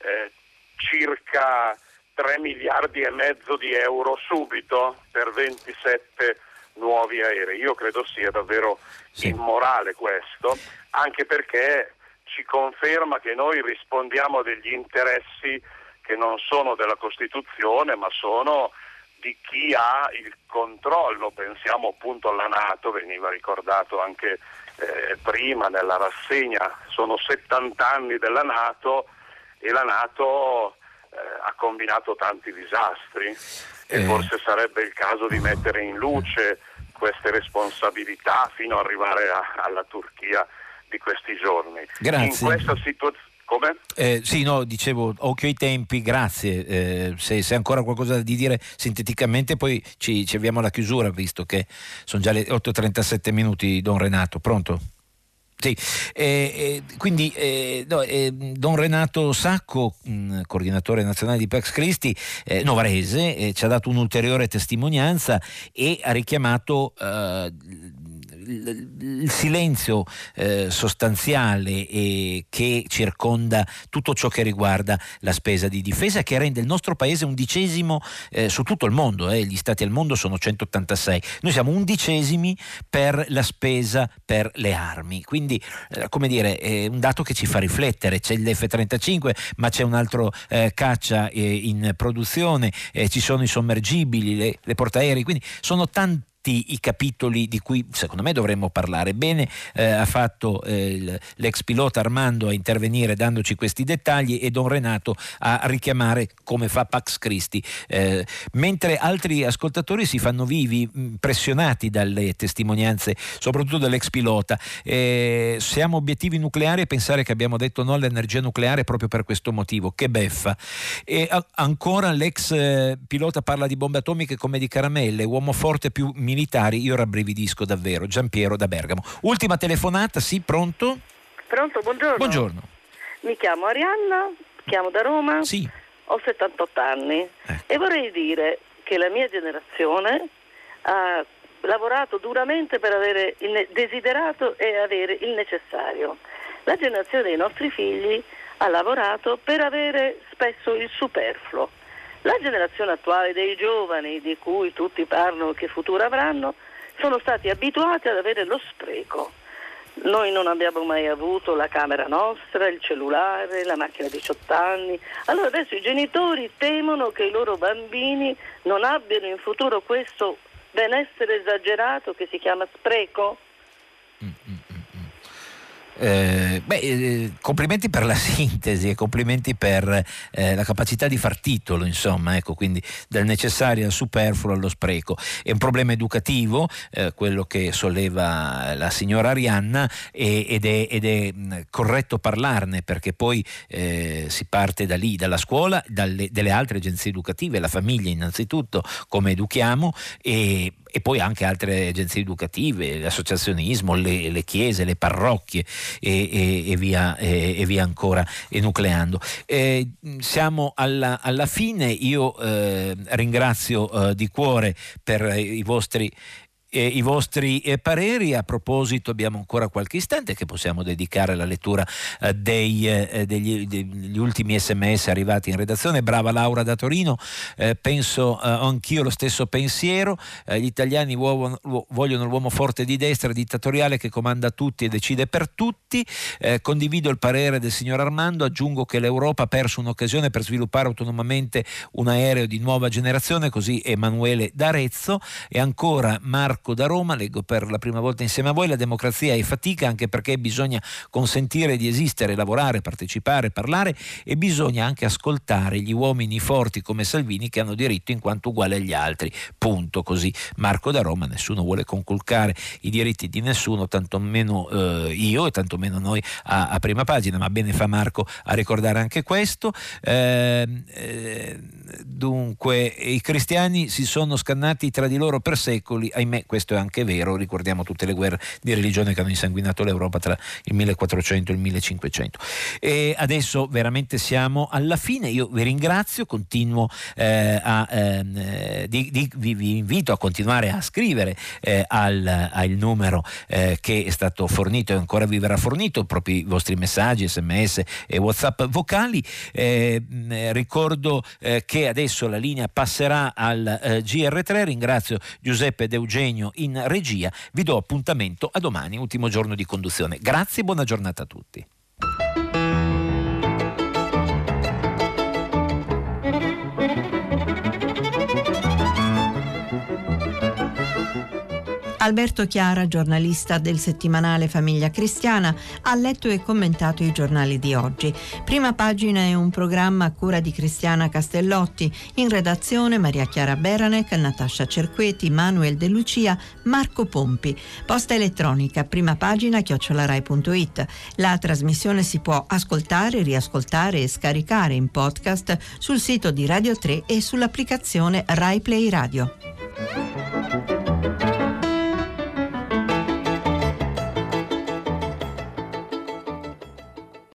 circa 3 miliardi e mezzo di euro subito per 27 nuovi aerei. Io credo sia davvero immorale questo, anche perché ci conferma che noi rispondiamo a degli interessi che non sono della Costituzione, ma sono di chi ha il controllo. Pensiamo appunto alla NATO, veniva ricordato anche prima nella rassegna, sono 70 anni della NATO e la NATO ha combinato tanti disastri e forse sarebbe il caso di mettere in luce queste responsabilità fino ad arrivare alla Turchia di questi giorni. Grazie. In questa situazione... Come? Dicevo, occhio ai tempi, grazie. Se ancora qualcosa da dire sinteticamente, poi ci avviamo alla chiusura, visto che sono già le 8:37 minuti, Don Renato. Pronto? Sì, quindi Don Renato Sacco, coordinatore nazionale di Pax Christi, novarese, ci ha dato un'ulteriore testimonianza e ha richiamato il silenzio sostanziale che circonda tutto ciò che riguarda la spesa di difesa, che rende il nostro paese 11° su tutto il mondo. Gli stati al mondo sono 186, noi siamo 11° per la spesa per le armi, quindi come dire, è un dato che ci fa riflettere. C'è l'F-35, ma c'è un altro caccia in produzione, ci sono i sommergibili, le portaerei, quindi sono tanti i capitoli di cui secondo me dovremmo parlare. Bene ha fatto l'ex pilota Armando a intervenire dandoci questi dettagli e Don Renato a richiamare come fa Pax Christi, mentre altri ascoltatori si fanno vivi, pressionati dalle testimonianze soprattutto dell'ex pilota. Siamo obiettivi nucleari e pensare che abbiamo detto no all'energia nucleare proprio per questo motivo, che beffa. E ancora l'ex pilota parla di bombe atomiche come di caramelle, uomo forte più militari, io rabbrividisco davvero. Giampiero da Bergamo. Ultima telefonata, sì, pronto? Pronto, buongiorno. Buongiorno. Mi chiamo Arianna, chiamo da Roma, sì. Ho 78 anni e vorrei dire che la mia generazione ha lavorato duramente per avere il desiderato e avere il necessario. La generazione dei nostri figli ha lavorato per avere spesso il superfluo. La generazione attuale dei giovani, di cui tutti parlano che futuro avranno, sono stati abituati ad avere lo spreco. Noi non abbiamo mai avuto la camera nostra, il cellulare, la macchina di 18 anni. Allora adesso i genitori temono che i loro bambini non abbiano in futuro questo benessere esagerato che si chiama spreco. Complimenti per la sintesi e complimenti per la capacità di far titolo, insomma, ecco, quindi dal necessario al superfluo allo spreco. È un problema educativo, quello che solleva la signora Arianna, ed è corretto parlarne, perché poi si parte da lì, dalla scuola, delle altre agenzie educative, la famiglia innanzitutto, come educhiamo, e poi anche altre agenzie educative, l'associazionismo, le chiese, le parrocchie e via ancora enucleando. Siamo alla fine. Io ringrazio di cuore per i vostri pareri. A proposito, abbiamo ancora qualche istante che possiamo dedicare alla lettura degli ultimi SMS arrivati in redazione. Brava Laura da Torino, penso anch'io lo stesso pensiero. Gli italiani vogliono l'uomo forte di destra, dittatoriale, che comanda tutti e decide per tutti. Condivido il parere del signor Armando, aggiungo che l'Europa ha perso un'occasione per sviluppare autonomamente un aereo di nuova generazione, così Emanuele d'Arezzo. E ancora Marco da Roma, leggo per la prima volta insieme a voi: la democrazia è fatica, anche perché bisogna consentire di esistere, lavorare, partecipare, parlare, e bisogna anche ascoltare gli uomini forti come Salvini, che hanno diritto in quanto uguali agli altri, punto. Così Marco da Roma. Nessuno vuole conculcare i diritti di nessuno, tantomeno io e tantomeno noi a Prima Pagina, ma bene fa Marco a ricordare anche questo. Dunque, i cristiani si sono scannati tra di loro per secoli, ahimè. Questo è anche vero, ricordiamo tutte le guerre di religione che hanno insanguinato l'Europa tra il 1400 e il 1500. E adesso veramente siamo alla fine. Io vi ringrazio, continuo vi invito a continuare a scrivere al numero che è stato fornito e ancora vi verrà fornito, proprio i vostri messaggi, SMS e WhatsApp vocali. Ricordo che adesso la linea passerà al GR3. Ringrazio Giuseppe ed Eugenio in regia. Vi do appuntamento a domani, ultimo giorno di conduzione. Grazie e buona giornata a tutti. Alberto Chiara, giornalista del settimanale Famiglia Cristiana, ha letto e commentato i giornali di oggi. Prima Pagina è un programma a cura di Cristiana Castellotti, in redazione Maria Chiara Beranec, Natascia Cerqueti, Manuel De Lucia, Marco Pompi. Posta elettronica primapagina@rai.it. La trasmissione si può ascoltare, riascoltare e scaricare in podcast sul sito di Radio 3 e sull'applicazione Rai Play Radio.